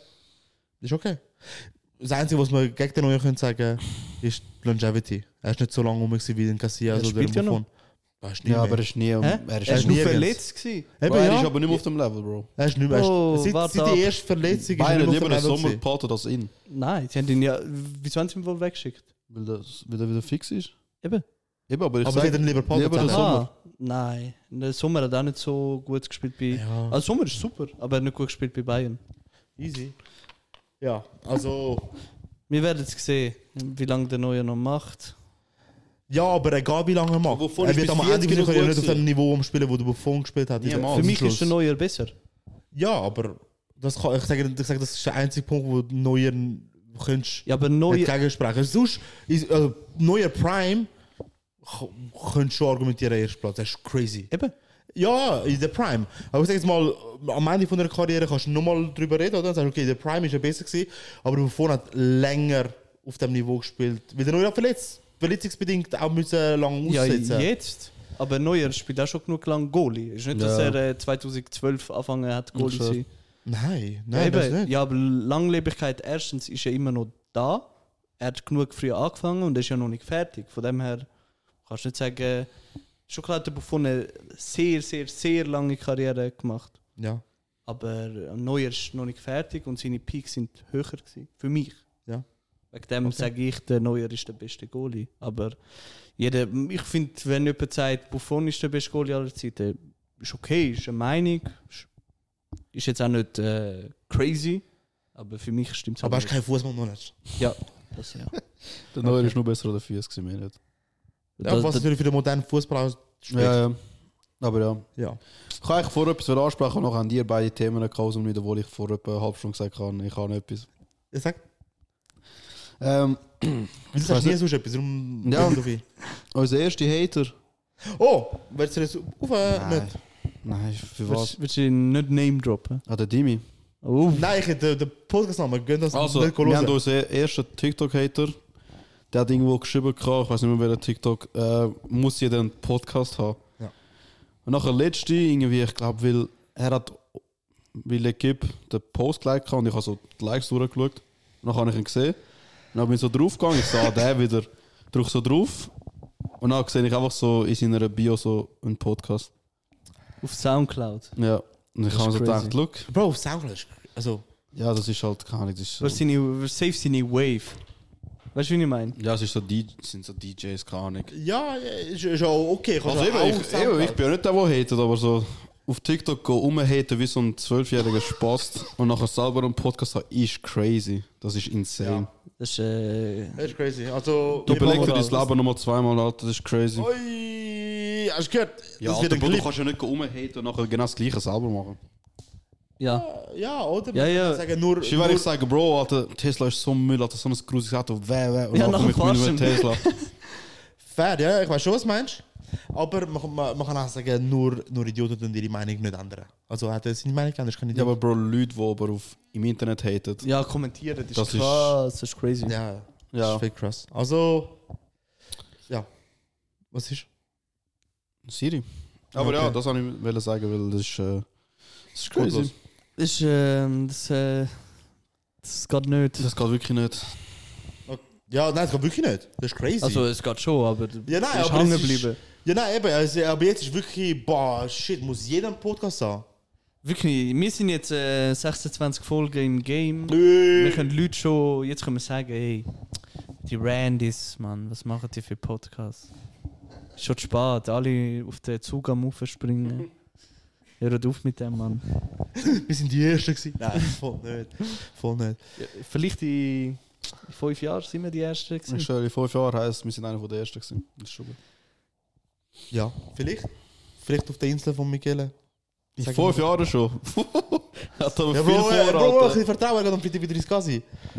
ist okay. Das Einzige, was wir gegen den Neuen können sagen, ist die Longevity. Er ist nicht so lange rum gewesen wie den Casillas Er oder spielt ja den noch. Buffon. Er ist nicht Ja, mehr. aber er ist nie. Er Hä? ist, Er ist ist nur nirgends. verletzt gewesen. Eben, Bro, er ja. ist aber nicht mehr auf dem Level, Bro. Er ist nicht mehr. Oh, seit warte seit ab. die erste Verletzung ist er Beide nicht lieber mehr den auf dem Level Sommer gewesen. behalten als ihn. Nein, sie haben ihn ja. Wieso haben sie ihn wohl weggeschickt? Weil, das, weil er wieder fix ist. Eben. Eben, aber ich Aber sie sag, hätten lieber behalten. lieber den zusammen. Sommer. Ah, nein. Der Sommer hat auch nicht so gut gespielt bei. Ja, Also Sommer ist super, aber er hat nicht gut gespielt bei Bayern. easy. Ja, also... Wir werden es sehen, wie lange der Neue noch macht. Ja, aber egal wie lange er macht. Buffon Er ist wird bis am Ende vierzig wieder noch nicht gut auf dem Niveau spielen, wo der Buffon gespielt hat. Niemals. Für Am mich Schluss. ist der Neuer besser. Ja, aber das kann, ich, sage, ich sage, das ist der einzige Punkt, wo du Neuer könntest Ja, aber nicht Neuer. gegensprechen. Sonst ist äh, Neuer Prime k- könntest du schon argumentieren, erster Platz. Das ist crazy. Eben. Ja, in der Prime. Aber ich sag jetzt mal, am Ende von der Karriere kannst du nochmal drüber reden, oder? Sagst, okay, der Prime ist ja besser gewesen, aber Buffon hat länger auf dem Niveau gespielt. Weil der Neuer verletzt, verletzungsbedingt auch müssen lang Ja, aussetzen. jetzt. Aber Neuer spielt auch schon genug lang Goalie. Ist nicht, dass Ja. er äh, zweitausendzwölf angefangen hat, Goalie zu sein. Nein, Ja, nein, das eben. nicht. Ja, aber Langlebigkeit, erstens ist er immer noch da. Er hat genug früh angefangen und ist ja noch nicht fertig. Von dem her kannst du nicht sagen, schon klar hat der Buffon eine sehr, sehr, sehr lange Karriere gemacht. Ja. Aber Neuer ist noch nicht fertig und seine Peaks sind höher gewesen. Für mich. Ja. Wegen dem Okay. sage ich, der Neuer ist der beste Goalie. Aber jeder, ich finde, wenn jemand sagt, Buffon ist der beste Goalie aller Zeiten, ist okay, ist eine Meinung. Ist, ist jetzt auch nicht äh, crazy, aber für mich stimmt es Aber hast keinen Fußball noch nicht. Ja, das ja. Der Neuer ist nur besser als der Fies gewesen, mehr nicht. Ja, das, was das, natürlich für den modernen Fußball auch spricht. Ja, ja. Aber ja. Ja. Ich kann eigentlich vor etwas ansprechen und noch an dir beide Themen gehabt, und obwohl ich vor etwa einer halben Stunde gesagt habe, ich habe noch etwas. Ich sag, Ähm, du weiß sagst nie nicht. sonst etwas, darum Ja. so viel. unser erster Hater. Oh, willst du das auf? Äh, Nein. nicht? Nein, für was? willst, willst du ihn nicht Name droppen? Ah, der Dimi. Oh, Nein, ich hätte den Podcast-Namen, gönn das Also, nicht wir haben hören. unseren ersten TikTok-Hater. Der hat irgendwo geschrieben, ich weiß nicht mehr, welcher TikTok, äh, muss jeder einen Podcast haben. Ja. Und nachher letzte, irgendwie, ich glaube, weil er hat, weil ich gebe, den Post geliked und ich habe so die Likes durchgeschaut. Und dann habe ich ihn gesehen. Und dann bin ich so draufgegangen, ich sah der wieder, drücke so drauf. Und dann sehe ich einfach so in seiner Bio so einen Podcast. auf Soundcloud. Ja. Und ich Das habe ist so crazy. gedacht, look, Bro, auf Soundcloud ist... Also... ja, das ist halt, keine Ahnung, das ist so. Was seine, was safe seine Wave. Weißt du, wie ich meine? Ja, es ist so D- sind so D Js, keine Ahnung. Ja, ja, ist, ist auch okay. kannst Also auch eben, auf ich, Soundcloud. eben, ich bin ja nicht der, der hatet, aber so auf TikTok gehen, rumhaten wie so ein zwölfjähriger Spast und nachher selber einen Podcast haben, ist crazy. Das ist insane. Das ist, äh, Das ist crazy. Also... Du überlegst dir Moral. dein Leben nochmal zweimal, Alter, das ist crazy. Ui, hast du gehört? Ja, das Alter, wird ein Bro, du Clip. kannst ja nicht rumhaten und nachher genau das Gleiche selber machen. ja. Ja, oder? Ja, ja. Ich sage nur... Ich werde nur sagen, Bro, Alter, Tesla ist so Müll, Alter, so ein grusiges Auto, weh, weh, und Ja, nachher nachher mit fahrst meinem du. Tesla. fair, ja, ich weiß schon, was du meinst. Aber man, man, man kann auch sagen, nur, nur Idioten tun ihre Meinung nicht ändern. Also hat er seine Meinung geändert, ist kein Ja, Idiot. aber Bro, Leute, die aber auf, im Internet haten. Ja, kommentieren, das ist Das ist- krass, das ist crazy. Ja, das Ja. ist fake krass. Also... Ja. Was ist? Siri. Aber Okay. ja, das wollte ich wollte sagen, weil das ist, äh, das ist Crazy. crazy. Das ist, ähm, das, äh, das geht nicht. Das geht wirklich nicht. Ja, nein, das geht wirklich nicht. Das ist crazy. Also, es geht schon, aber du Ja, nein, bist aber hängen es ist- geblieben. ja, nein, eben. Also, aber jetzt ist wirklich... Boah, shit, muss jeder einen Podcast haben? Wirklich, wir sind jetzt äh, sechsundzwanzig Folgen im Game. Wir Nö. können Leute schon, jetzt können wir sagen, hey, die Randys, Mann, was machen die für Podcasts? Ist schon zu spät, alle auf den Zug am Aufspringen. Hört auf mit dem, Mann. Wir sind die Ersten gewesen. Nein, voll nicht. Voll nicht. Ja, vielleicht in, in fünf Jahren sind wir die Ersten Ich gewesen. schwöre, in fünf Jahren heisst, wir sind einer der Ersten gewesen. Das ist schon gut. Ja, vielleicht. Vielleicht auf der Insel von Michele. In Sag fünf mal. Jahren schon. Hat aber Ja, viel Bro, äh, vor, Bro, ein Alter. bisschen Vertrauen, er geht am Freitag wieder ins Gassi.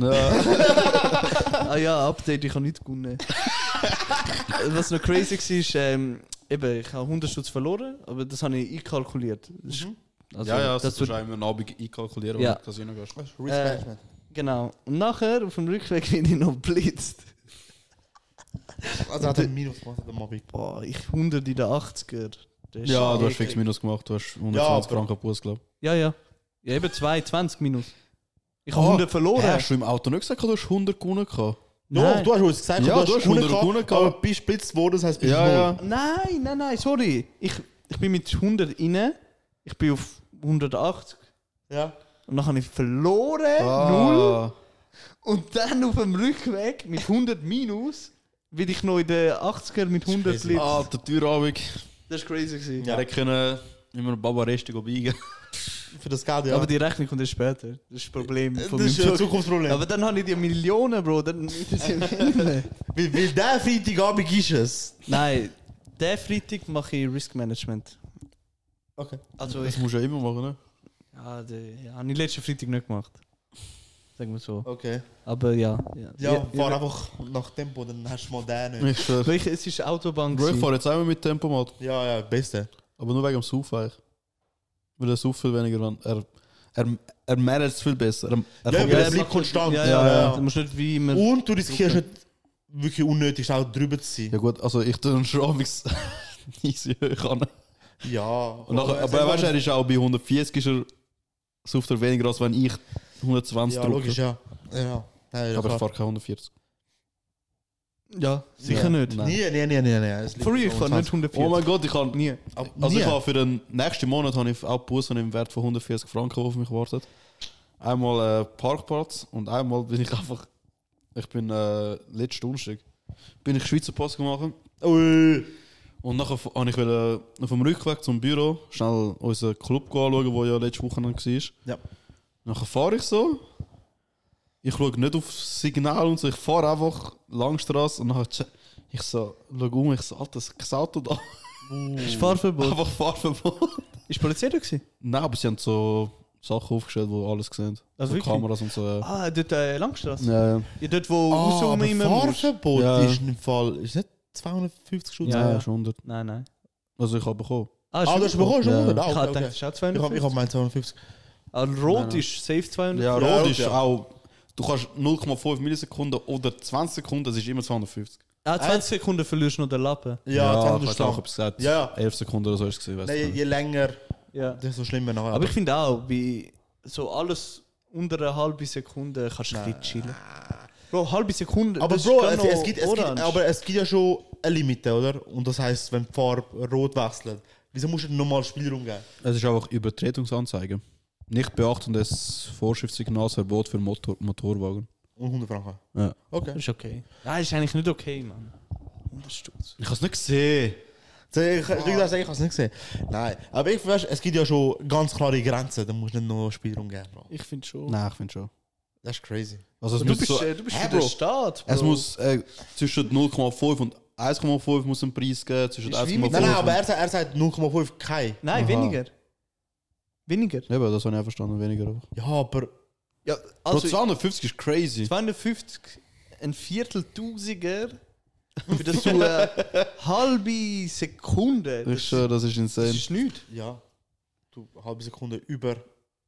Ja. Ah ja, Update, ich habe nicht gewonnen. Was noch crazy war, ist, ähm, eben, ich habe hundert Stutz verloren, aber das habe ich einkalkuliert. Das ist- Also, ja, ja, das das wird- tust du einmal am Abend einkalkulieren, Ja. wenn du Casino gehst. Risk Äh, Management. Genau. Und nachher, auf dem Rückweg, bin ich noch blitzt. Also hat er ein Minus gemacht, der Mobbing. Boah, ich hundert in den achtziger. Das ist Ja, du hast eklig. fix Minus gemacht, du hast hundertzwanzig Ja, aber- Franken Bus, glaube Ja, ja. Ja, eben zwei, zwanzig minus. Ich habe Ah, hundert verloren. ich. Hast du im Auto nicht gesagt, du hast hundert gewonnen gehabt? Doch, Nein. du hast uns gesagt, Ja, du hast hundert gewonnen, gewonnen, aber bist geblitzt worden, das heisst, bist Ja, null. ja. Nein, nein, nein, sorry. Ich, ich bin mit hundert rein. Ich bin auf hundertachtzig. Ja. Und dann habe ich verloren. Null. Ah. Und dann auf dem Rückweg mit hundert minus, will ich noch in den achtziger mit hundert crazy. blitzt. Alter, Türabend. Das war crazy. gewesen. Ja, wir können immer Baba Reste biegen. Für das Geld, ja. Aber die Rechnung kommt erst später. Das ist das Problem von das ist meinem ein Job. Zukunftsproblem. Aber dann habe ich die Millionen, Bro. Dann interessiert mich nicht mehr. weil, weil der Freitagabend ist es. Nein, den Freitag mache ich Risk Management. Okay. Also Das ich, musst du ja immer machen, ne? ja, den ja, habe ich letzten Freitag nicht gemacht. sagen wir so. Okay. Aber ja. Ja, Ja, ja, fahr ja. einfach nach Tempo, dann hast du mal den nicht. Ich schwör. Welche, es ist Autobahn. Bro, ich gewesen. fahre jetzt einmal mit Tempomat. Ja, ja, beste. Aber nur wegen dem Saufen eigentlich. Weil er sauft viel weniger an. Er, er, er managt es viel besser. Er, er Ja, kommt weil besser- er bleibt konstant. Ja, ja, Ja, ja. ja. Du musst nicht wie immer. Und du riskierst nicht wirklich unnötig auch drüber zu sein. Ja gut, also ich tue dann schon amigs easy hoch an. Ja. Und nachher, aber weißt du, er ist auch bei hundertvierzig ist er, sauft er weniger, als wenn ich hundertzwanzig Ja, drücke. logisch, ja. Ja, Nein, ja Aber ich klar. fahre keine hundertvierzig. Ja, sicher Ja. nicht. Nein. Nie, nie, nie, nie, nie. Es liegt For real, ich fahre nicht Oh hundertvierzig. mein Gott, ich kann Nie. Ab- Also nie. ich habe für den nächsten Monat habe ich auch Bussen im Wert von hundertvierzig Franken, der auf mich wartet. Einmal äh, Parkplatz und einmal bin ich einfach, ich bin äh, letzten Donnerstag, bin ich Schweizer Post gemacht Ui. und nachher f- habe ich will, äh, auf dem Rückweg zum Büro schnell unseren Club anschauen, der ja letzte Woche war. Ja. Nachher fahre ich so, ich schaue nicht auf das Signal und so, ich fahre einfach Langstrasse und nachher che- ich so, schaue um, ich so, Alter, das Auto da, Ist Fahrverbot. einfach Fahrverbot. Ist die Polizei da gewesen? Nein, aber sie haben so Sachen aufgestellt, wo alles gesehen. Also so wirklich? Kameras und so. Ja. Ah, dort äh, Langstrasse. Ja, ja. Ja, dort wo Ah, raus um aber immer musst. Fahrverbot Ja. ist im Fall... Ist nicht zweihundertfünfzig Stunden? Ja, Ja, ja. schon hundert. Nein, nein. Also ich habe bekommen. Ah, Ah, du hast bekommen schon Ja. hundert? Ah, Ich okay, habe okay. gedacht, es ist auch Ich habe ich zweihundertfünfzig. hab meinen zweihundertfünfzig. Ah, Rot Nein, nein. ist safe zweihundert. Ja, Ja, Rot okay. ist auch. Du kannst null Komma fünf Millisekunden oder zwanzig Sekunden, das ist immer zweihundertfünfzig. Ah, zwanzig Sekunden verlierst du noch den Lappen. Ja, ich habe zweihundert auch Stunden. etwas gesagt. Ja, ja. elf Sekunden oder so ist es gewesen, weißt Nein, je, du. je länger, Ja. desto schlimmer nachher. Aber ich finde auch, bei so alles unter einer halben Sekunde kannst du ein bisschen chillen. Bro, halbe Sekunde. Aber das Bro, ist es, gar noch es, gibt, es, gibt, orange. aber es gibt ja schon eine Limite, oder? Und das heisst, wenn die Farbe rot wechselt, wieso musst du denn nochmal Spielraum geben? Es ist einfach Übertretungsanzeige. Nicht beachten des Vorschriftssignalsverbot für Motor Motorwagen. Und hundert Franken. Ja. Okay. Das ist okay. Nein, ist eigentlich nicht okay, Mann. hundert Stutz. Ich habe es nicht gesehen. So, Ich, ich, ich, ich habe es nicht gesehen. Nein, aber ich weiß, es gibt ja schon ganz klare Grenzen, da musst du nicht noch Spielraum geben, Bro. Ich finde schon. Nein, ich finde schon. Das ist crazy. Also es Du muss bist, so, äh, du bist Hä, für den Bro? Staat, Bro. es muss äh, zwischen null Komma fünf und eins Komma fünf muss ein Preis geben, zwischen Ist wie eins Komma fünf mit- Nein, nein, und- aber er, sagt- er sagt null Komma fünf kein. Nein, Aha. weniger. Weniger. Eben, das habe ich auch verstanden, weniger. Aber. Ja, aber Ja, Bro, also zweihundertfünfzig ist crazy. zweihundertfünfzig, ein Vierteltausiger für das so eine halbe Sekunde. Ich Das, schwöre, das ist das insane. ist nichts. ja, du eine halbe Sekunde über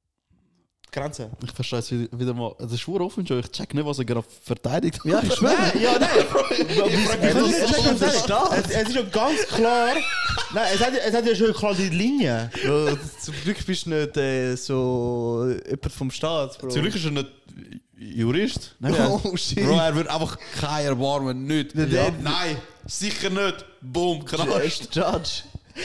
die Grenze. Ich verstehe es wieder, wieder mal. Das ist schwur offen schon. Ich check nicht, was er gerade verteidigt hat. Ja, ich schwöre. Nein, ja, nein. frage mich, Es- was es- ist der es- Staat? Es es ist ja ganz klar. Nein, es hat, es hat ja schon klar die Linie. Bro, zum Glück bist du nicht äh, so jemand vom Staat, Bro. Zum Glück ist er nicht Jurist. Nein, er- Oh, shit. Bro, er wird einfach kein erbarmen, nicht. Der- der- Nein, sicher nicht. Boom, Der krass. ist Judge.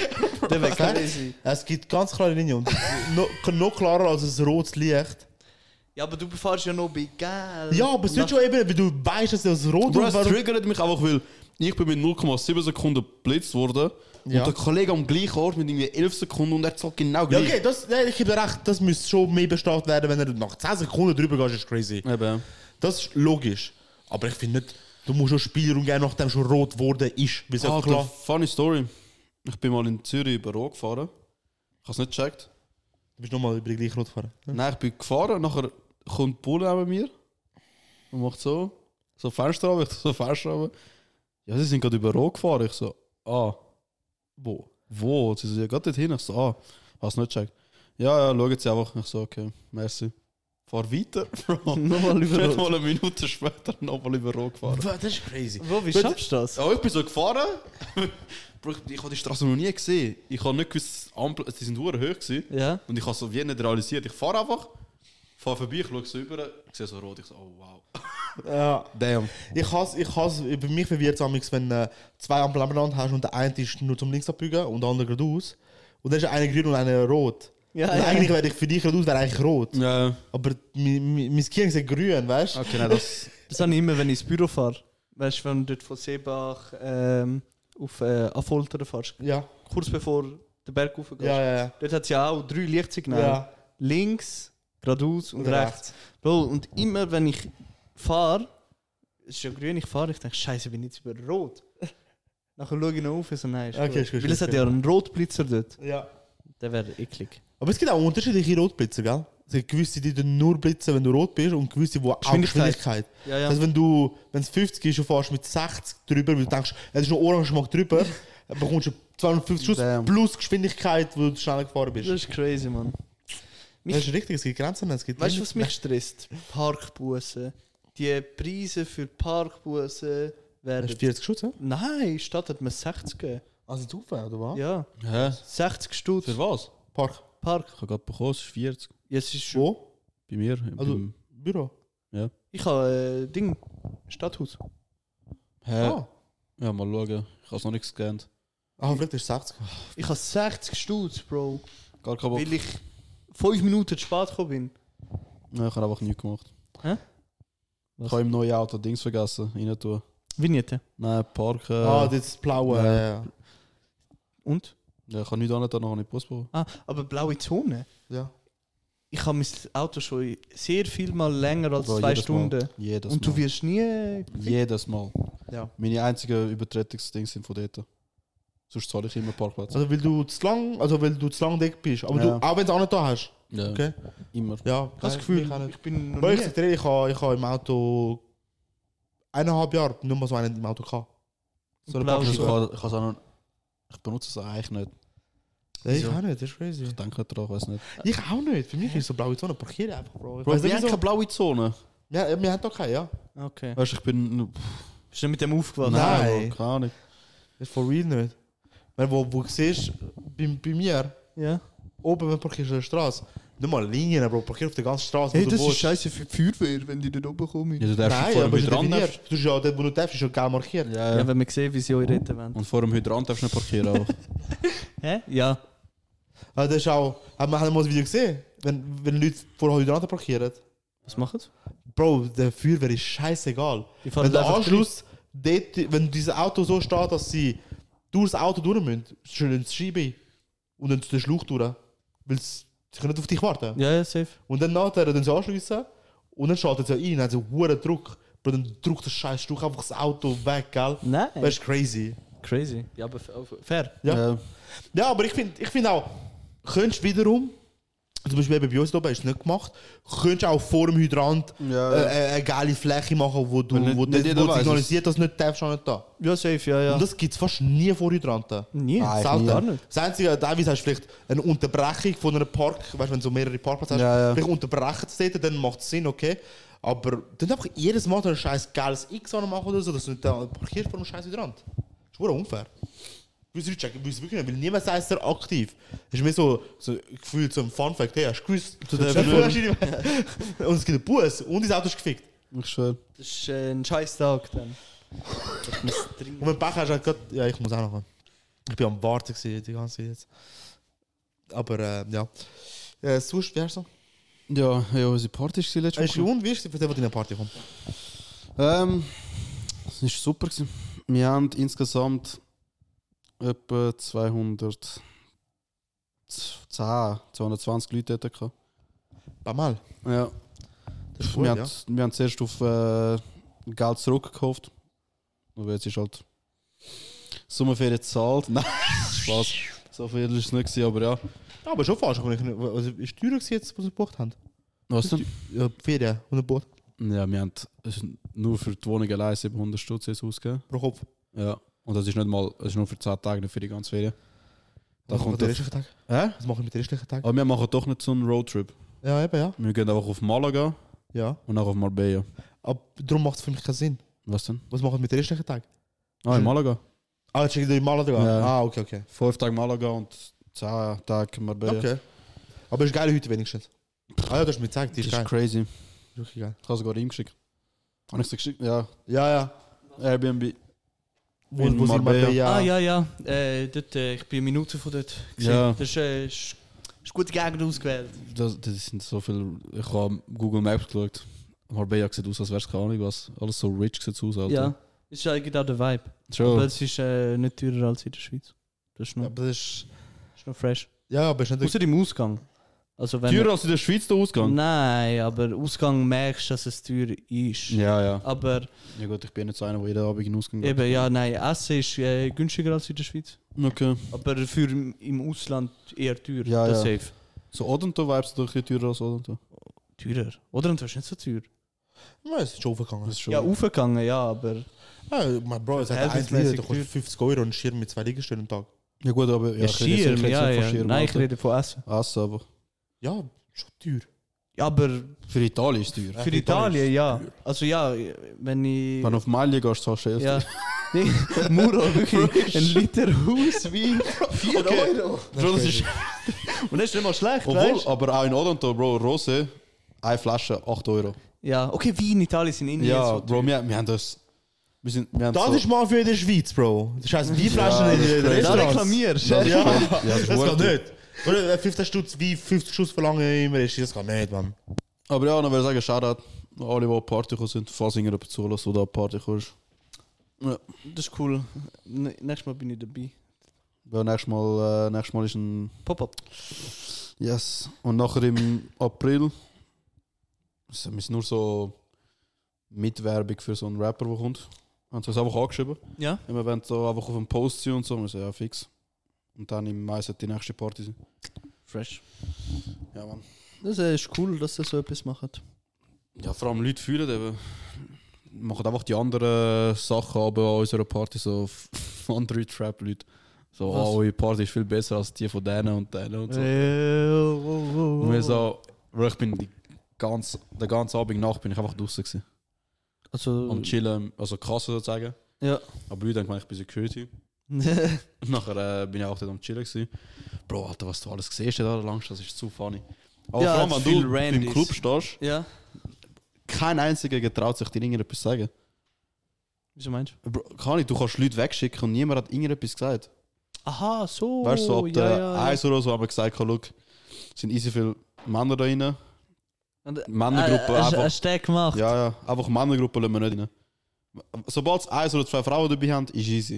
Der wäre crazy. Es gibt ganz klare Linie. Und noch, noch klarer als ein rotes Licht. Ja, aber du befahrst ja noch bei Geld. Ja, aber es wird schon eben, weil du weißt, dass das rot Bro, ist. es triggert mich einfach, weil ich bin mit null Komma sieben Sekunden geblitzt worden. Ja. Und der Kollege am gleichen Ort mit irgendwie elf Sekunden und er zahlt genau Ja, gleich. okay, das, nein, ich gebe dir recht, das müsste schon mehr bestraft werden, wenn er nach zehn Sekunden drüber geht, ist crazy. Eben. Das ist logisch. Aber ich finde nicht, du musst schon Spielraum geben, nachdem schon rot geworden ist. Wie ja Ah, klar. funny Story. Ich bin mal in Zürich über Rot gefahren. Ich habe es nicht gecheckt. Du bist nochmal über die gleiche Rot gefahren. Nein, ich bin gefahren, nachher kommt die Bulle neben mir und macht so, so Fenster runter, ich so Fenster runter. Ja, sie sind gerade über Rot gefahren. Ich so, ah, Wo? wo? Sie so, ja, gerade dorthin. Ich so, ah, hast nicht gecheckt. Ja, ja, schauen sie einfach. Ich so, okay, merci. Fahr weiter, Bro. Nochmal über Nicht Rot. mal eine Minute später nochmal über Rot gefahren. Das ist crazy. Bro, wie schaffst du das? Ja, ich bin so gefahren. Bro, ich, ich habe die Straße noch nie gesehen. Ich habe nicht gewusst, Ampel, die sind hure hoch gewesen. Ja. Und ich habe so wie nicht realisiert. Ich fahre einfach, fahre vorbei, ich schaue so über, ich sehe so rot, ich so, oh wow. Ja. Damn. Ich hasse, ich hasse, bei mir verwirrt es, wenn du zwei Ampeln nebeneinander hast und der eine ist nur zum links abbiegen und der andere geradeaus. Und dann ist eine grün und eine rot. Ja, und ja. eigentlich wäre ich für dich geradeaus wäre eigentlich rot. Ja, Aber mein, mein, mein Kind ist grün, weißt du? okay, nein, das... Das habe ich immer, wenn ich ins Büro fahre. Weißt du, wenn du dort von Seebach ähm, auf äh, Affoltern fährst. Ja. Kurz bevor der Berg raufgeht. Ja, ja, ja. Dort hat es ja auch drei Lichtsignale. Ja. Links, geradeaus und, Und rechts. rechts. Bro, und immer wenn ich fahre, es ist ja grün, ich fahre, ich denke, scheiße, bin ich jetzt über rot. Nachher schaue ich noch auf und so, nein, ist Okay, gut. ist gut, Weil ist es hat gut. ja einen Rotblitzer dort. Ja. Der wäre eklig. Aber es gibt auch unterschiedliche Rotblitzer, gell? Es gibt gewisse, die dann nur blitzen, wenn du rot bist und gewisse, die auch Geschwindigkeit. Geschwindigkeit. Ja, ja. Das heißt, wenn du, wenn es fünfzig ist, du fährst mit sechzig drüber, weil du denkst, es ist noch orange Mark drüber, dann bekommst du zweihundertfünfzig Schuss Damn. plus Geschwindigkeit, wo du schneller gefahren bist. Das ist crazy, Mann. Das ist richtig, es gibt Grenzen. Es gibt Weißt du, was mich stresst? Parkbussen. Die Preise für Parkbussen werden. Hast du vierzig Schutz, ja? Nein, statt hat man sechzig gegeben. Also du oder was? Ja, Hä? sechzig Stutz. Für was? Park. Park. Ich habe gerade bekommen, es ist vierzig. Jetzt ist schon. Wo? Bei mir. Also beim, Büro. ja. Ich habe äh, Ding. Stadthaus. Hä? Ah, Ja, mal schauen. Ich habe es noch nicht gescannt. ah vielleicht ist es sechzig. Ich habe sechzig Stutz, Bro. Gar kein Bock. Weil ich fünf Minuten zu spät gekommen bin. Nein, ich habe einfach nichts gemacht. Hä? Ich habe im neuen Auto Dings vergessen, rein tun. Vignette. Nein, Park. Äh, Ah, das blaue. Ja. Ja, ja. Und? ja, ich habe nichts anderes, noch nicht Bus bekommen. Ah, aber blaue Zone. ja. Ich habe mein Auto schon sehr viel mal länger als Bro, zwei jedes Stunden. Mal. Jedes Und du Mal. wirst nie. Jedes Mal. Ja. Meine einzigen Übertretungsdings sind von dort. Sonst zahle ich immer Parkplatz. Also weil du zu lang, also weil du zu lang dick bist. Aber Ja. du, auch wenn du es auch nicht da hast. Ja, Okay. immer. Ja, Das nein, Gefühl, ich auch nicht. ich bin noch Bro, ich nie. sag dir, ich habe ich ha im Auto eineinhalb Jahre nur mal so einen im Auto gehabt. So eine Blau- Also ich, Parkscheibe. kann, ich, kann's auch noch, ich benutze es eigentlich nicht. Nein, ich Wieso? auch nicht, das ist crazy. Ich denke nicht dran, ich weiß nicht. Ich auch nicht. Für mich ist so blaue Zone. Parkiere einfach, Bro. Ich Bro, weiss wir nicht haben wieso. keine blaue Zone. Ja, wir haben doch keine, ja. Okay. Weißt du, ich bin. Bist du nicht mit dem aufgewachsen? Nein. Bro, keine Ahnung. Das ist for real nicht. Weil wo, wo du siehst, bei, bei mir, Ja. oben, wenn du parkierst auf der Straße, nicht mal Linien, Bro, parkier auf der ganzen Straße, Hey, wo das du ist willst. scheiße für die Feuerwehr, wenn die dort oben kommen. Ja, du darfst Nein, vor dem aber es ist Hydrant. definiert. darfst- Du hast ja, dort, wo du darfst, ist ja gelb markiert. Ja, Ja, ja. wenn wir sehen, wie sie euch retten wollen. Und vor dem Hydrant darfst du nicht parkieren. Auch. Hä? Ja. Also das ist auch, haben wir haben wir mal ein Video gesehen, wenn, wenn Leute vor Hydranten parkieren. Was machen sie? Bro, der Feuerwehr ist scheißegal. Die fahren Wenn der einfach Anschluss, dort, wenn dieses Auto so steht, dass sie durch das Auto durch müssen, schön ins Scheibe und dann zu der Schlucht durch. Weil sie sie können nicht auf dich warten. Ja, ja, safe. Und dann nachher dann sie anschliessen und dann schaltet sie ein, dann hat sie einen hohen Druck. Bro, dann drückt das scheiß Stück einfach das Auto weg, gell? Nein. Das ist crazy. Crazy. Ja, aber f- fair. Ja. Ja. Ja, aber ich finde ich find auch, könntest wiederum, zum Beispiel eben bei uns oben ist es nicht gemacht, könntest auch vor dem Hydrant Ja. äh, eine geile Fläche machen, wo du Weil nicht- wo nicht das- jeder wo weiss signalisiert, dass du nicht darfst, auch nicht da. Ja, safe, ja, ja. Und das gibt es fast nie vor Hydranten. Nie. Nein, Selten. nie. Gar nicht. Das Einzige, teilweise hast du vielleicht eine Unterbrechung von einem Park, weißt du, wenn du so mehrere Parkplätze hast, Ja, ja. vielleicht unterbrechen sie dort, dann macht es Sinn, okay. Aber dann einfach jedes Mal ein scheiß geiles X machen oder so, dass du nicht da parkierst vor einem scheiß Hydrant. Das ist verdammt unfair. Ich weiß wirklich nicht, weil niemand sagt es aktiv. Das ist mir so, so gefühlt so ein Fun-Fact. Hey, hast du gewusst? Du Du darfst und es gibt einen Bus und das Auto ist gefickt. Ich schwöre. Das ist äh, ein scheiß Tag dann. Ich muss dringend. Und wenn du Pech hast, hast du grad, ja, ich muss auch noch. Ich bin am Warten gewesen, die ganze Zeit jetzt. Aber äh, ja. Äh, sonst, wie hast du so? Ja, ja, unsere Party war letztes Hast du Woche. und wie ist es, für den, der in eine Party kommt? Ähm, es war super. Gewesen. Wir haben insgesamt etwa zweihundertzehn, zweihundertzwanzig Leute dort gehabt. Ein mal. Ja. Das ist gut, Wir, ja. haben, wir haben zuerst auf äh, Geld zurückgekauft. Aber jetzt ist halt Sommerferien gezahlt. Nein, Spaß. So viel war es nicht, gewesen, aber ja. Ja, aber schon fast. Also, ist teurer gewesen jetzt, was sie gebucht haben? Was denn? Ja, die Ferien und ein Boot Ja, wir haben es ist nur für die Wohnung allein siebenhundert Stutz jetzt ausgegeben. pro Kopf. Ja. Und das ist nicht mal, das ist nur für zehn Tage, nicht für die ganze Ferien. Da Was machen wir kommt mit den der, restlichen Tag? hä? Was machen wir mit den restlichen Tag? Aber wir machen doch nicht so einen Roadtrip. Ja, eben, ja. Wir gehen einfach auf Malaga Ja. und auch auf Marbella. Aber darum macht es für mich keinen Sinn. Was denn? Was machen wir mit den restlichen Tag? Ah, in Malaga. Ah, jetzt schicken die mal da. Ja. Ah, okay, okay. Fünf Tage Malaga und zehn Tage Marbella. Okay. Aber es ist geil heute wenigstens. Ah ja, du hast mir gezeigt, die Das ist ist geil. crazy. Das ist wirklich geil. Ich habe sogar ihm geschickt. Habe ich es geschickt? Ja. Ja, ja. Airbnb. Wo, In wo sind wir Marbella. bei, ja. Ah, ja, ja. Äh, dort, äh, ich bin eine Minute von dort. gewesen. Ja. Das ist, äh, ist, ist eine gute Gegend ausgewählt. Das, das sind so viele. Ich habe Google Maps geschaut. Marbella sieht aus, als wäre es keine Ahnung was. Alles so rich sieht aus. Alter. Ja. Das ist eigentlich auch der Vibe. Aber Schon. es ist äh, nicht teurer als in der Schweiz. Das ist noch, Ja, aber das ist. ist noch fresh. Ja, aber es ist nicht. Außer im Ausgang. Also wenn Teurer als in der Schweiz der Ausgang? Nein, aber Ausgang merkst du, dass es teuer ist. Ja, ja. Aber Ja gut, ich bin nicht so einer, der jeden Abend in den Ausgang geht. eben, ja, nein, Essen ist äh, günstiger als in der Schweiz. Okay. Aber für im im Ausland eher teuer. Ja, das ja. safe. So Odento-Vibes doch ein teurer als Odento. Teurer. Oder? Und du ist nicht so teuer. Nein, es ist schon aufgegangen. Das ist schon... Ja, aufgegangen, ja, aber... Ja, mein Bro, es hat ein Verhältnismäßig Lied, der kostet fünfzig Euro und ein Schirm mit zwei Liegestühlen am Tag. Ja gut, aber... Ja, Ja, ich rede jetzt- ich Schirm, rede jetzt ja, nicht von ja. Schirm, Nein, ich Alter. rede von Essen. Essen, aber... Ja, schon teuer. Ja, aber Für Italien ist es teuer. für Italien, ja. Also ja, wenn ich... Wenn du auf Mali gehst, zahlst du elf. Ja. Nee, Muro, wirklich. Ein Liter Hauswein, vier Okay. Euro. Bro, das ist... Und das ist nicht mal schlecht, Obwohl, weißt du? aber auch in Odento, Bro, Rosé, eine Flasche, acht Euro. Ja, okay, Wein in Italien sind nicht Ja, so Bro, teuer. wir, wir haben das... Wir sind... Wir haben Das so, ist Mafia in der Schweiz, Bro. Das heisst, Weinflaschen Ja, in das ist den crazy. Da Restaurants. reklamierst Das du. ist Ja, crazy. Ja, das, ist geht verdammt. nicht. Oder fünfzehn Stutz, wie fünfzig Schuss verlangen im Rest, das geht nicht, Mann. Aber ja, dann würde ich sagen, Shoutout an alle, die auf die Party gekommen sind. Falls irgendjemand zulässt, der da auf die Party kommst. Ja. Das ist cool. N- Nächstes Mal bin ich dabei. Weil nächstes Mal, äh, nächstes Mal ist ein... Pop-up. Yes. Und nachher im April... Es ist nur so... Mitwerbung für so einen Rapper, der kommt. Haben sie uns einfach angeschrieben. Ja? Und wir wollen so einfach auf einen Post ziehen und so. Und wir so, ja, fix. Und dann im Mai sollte die nächste Party sein. Fresh. Ja, Mann. Das ist cool, dass ihr so etwas macht. Ja, vor allem Leute fühlen eben... Machen einfach die anderen Sachen aber an unserer Party, so f- andere Trap-Leute. So, Was? oh, eure Party ist viel besser als die von denen und denen und so. Äh, oh, oh, oh, Und wir so, Bro, ich bin die ganz, den ganzen Abend nach bin ich einfach draußen gewesen. Also, Am Chillen, also Kasse sozusagen. ja. Aber Leute haben gemeint, ich bin Security. Und nachher äh, bin ich auch dort am Chillen gewesen. Bro, Alter, was du alles gesehen hast da langst, das ist zu funny. Aber Ja, vor allem, wenn viel du Randys. im Club stehst, ja. kein einziger getraut sich dir irgendetwas zu sagen. Wieso meinst du? Bro, kann ich, du kannst Leute wegschicken und niemand hat irgendetwas gesagt. Aha, so. Weißt du, so ab ja, der ja, ja. eins oder so haben wir gesagt, look, es sind easy viele Männer da rein. Und, äh, Männergruppe äh, einfach. Hast du den gemacht? Ja, ja, einfach Männergruppe lassen wir nicht rein. Sobald es eins oder zwei Frauen dabei haben, ist easy.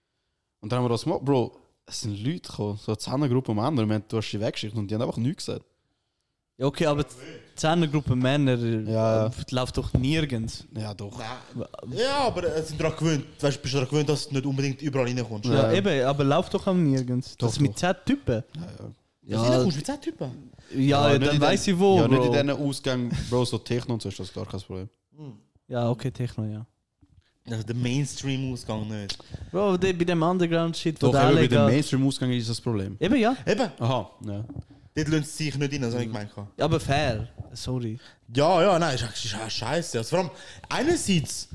Und dann haben wir das gemacht, Bro, es sind Leute gekommen, so eine Zehnergruppe Männer, wir haben- du hast sie weggeschickt und die haben einfach nichts gesagt. Ja, okay, aber die Zehnergruppe Männer Ja, ja. äh, läuft doch nirgends. Ja, doch. Ja, aber es sind daran gewöhnt. Weißt, bist du daran gewöhnt, dass du nicht unbedingt überall reinkommst. Ja, Ja. eben, aber läuft doch am nirgends. Doch, das mit doch. zehn Typen. Ja, Ja, reinkommst mit zehn Typen. ja, nicht dann in weiß den- ich wo, Ja, nicht Bro. in diesen Ausgängen, Bro, so Techno und so ist das gar kein Problem. Ja, okay, Techno, ja. Also der Mainstream-Ausgang nicht. Bro, der, bei dem Underground-Shit, wo Doch, der eben alle bei den geht. Mainstream-Ausgängen ist das Problem. Eben, ja. Eben, Aha, ja. dort lassen sie sich nicht rein, das habe ich gemeint. Ja, aber fair. Sorry. Ja, ja, nein, ist, ist auch scheiße. Also vor allem, einerseits,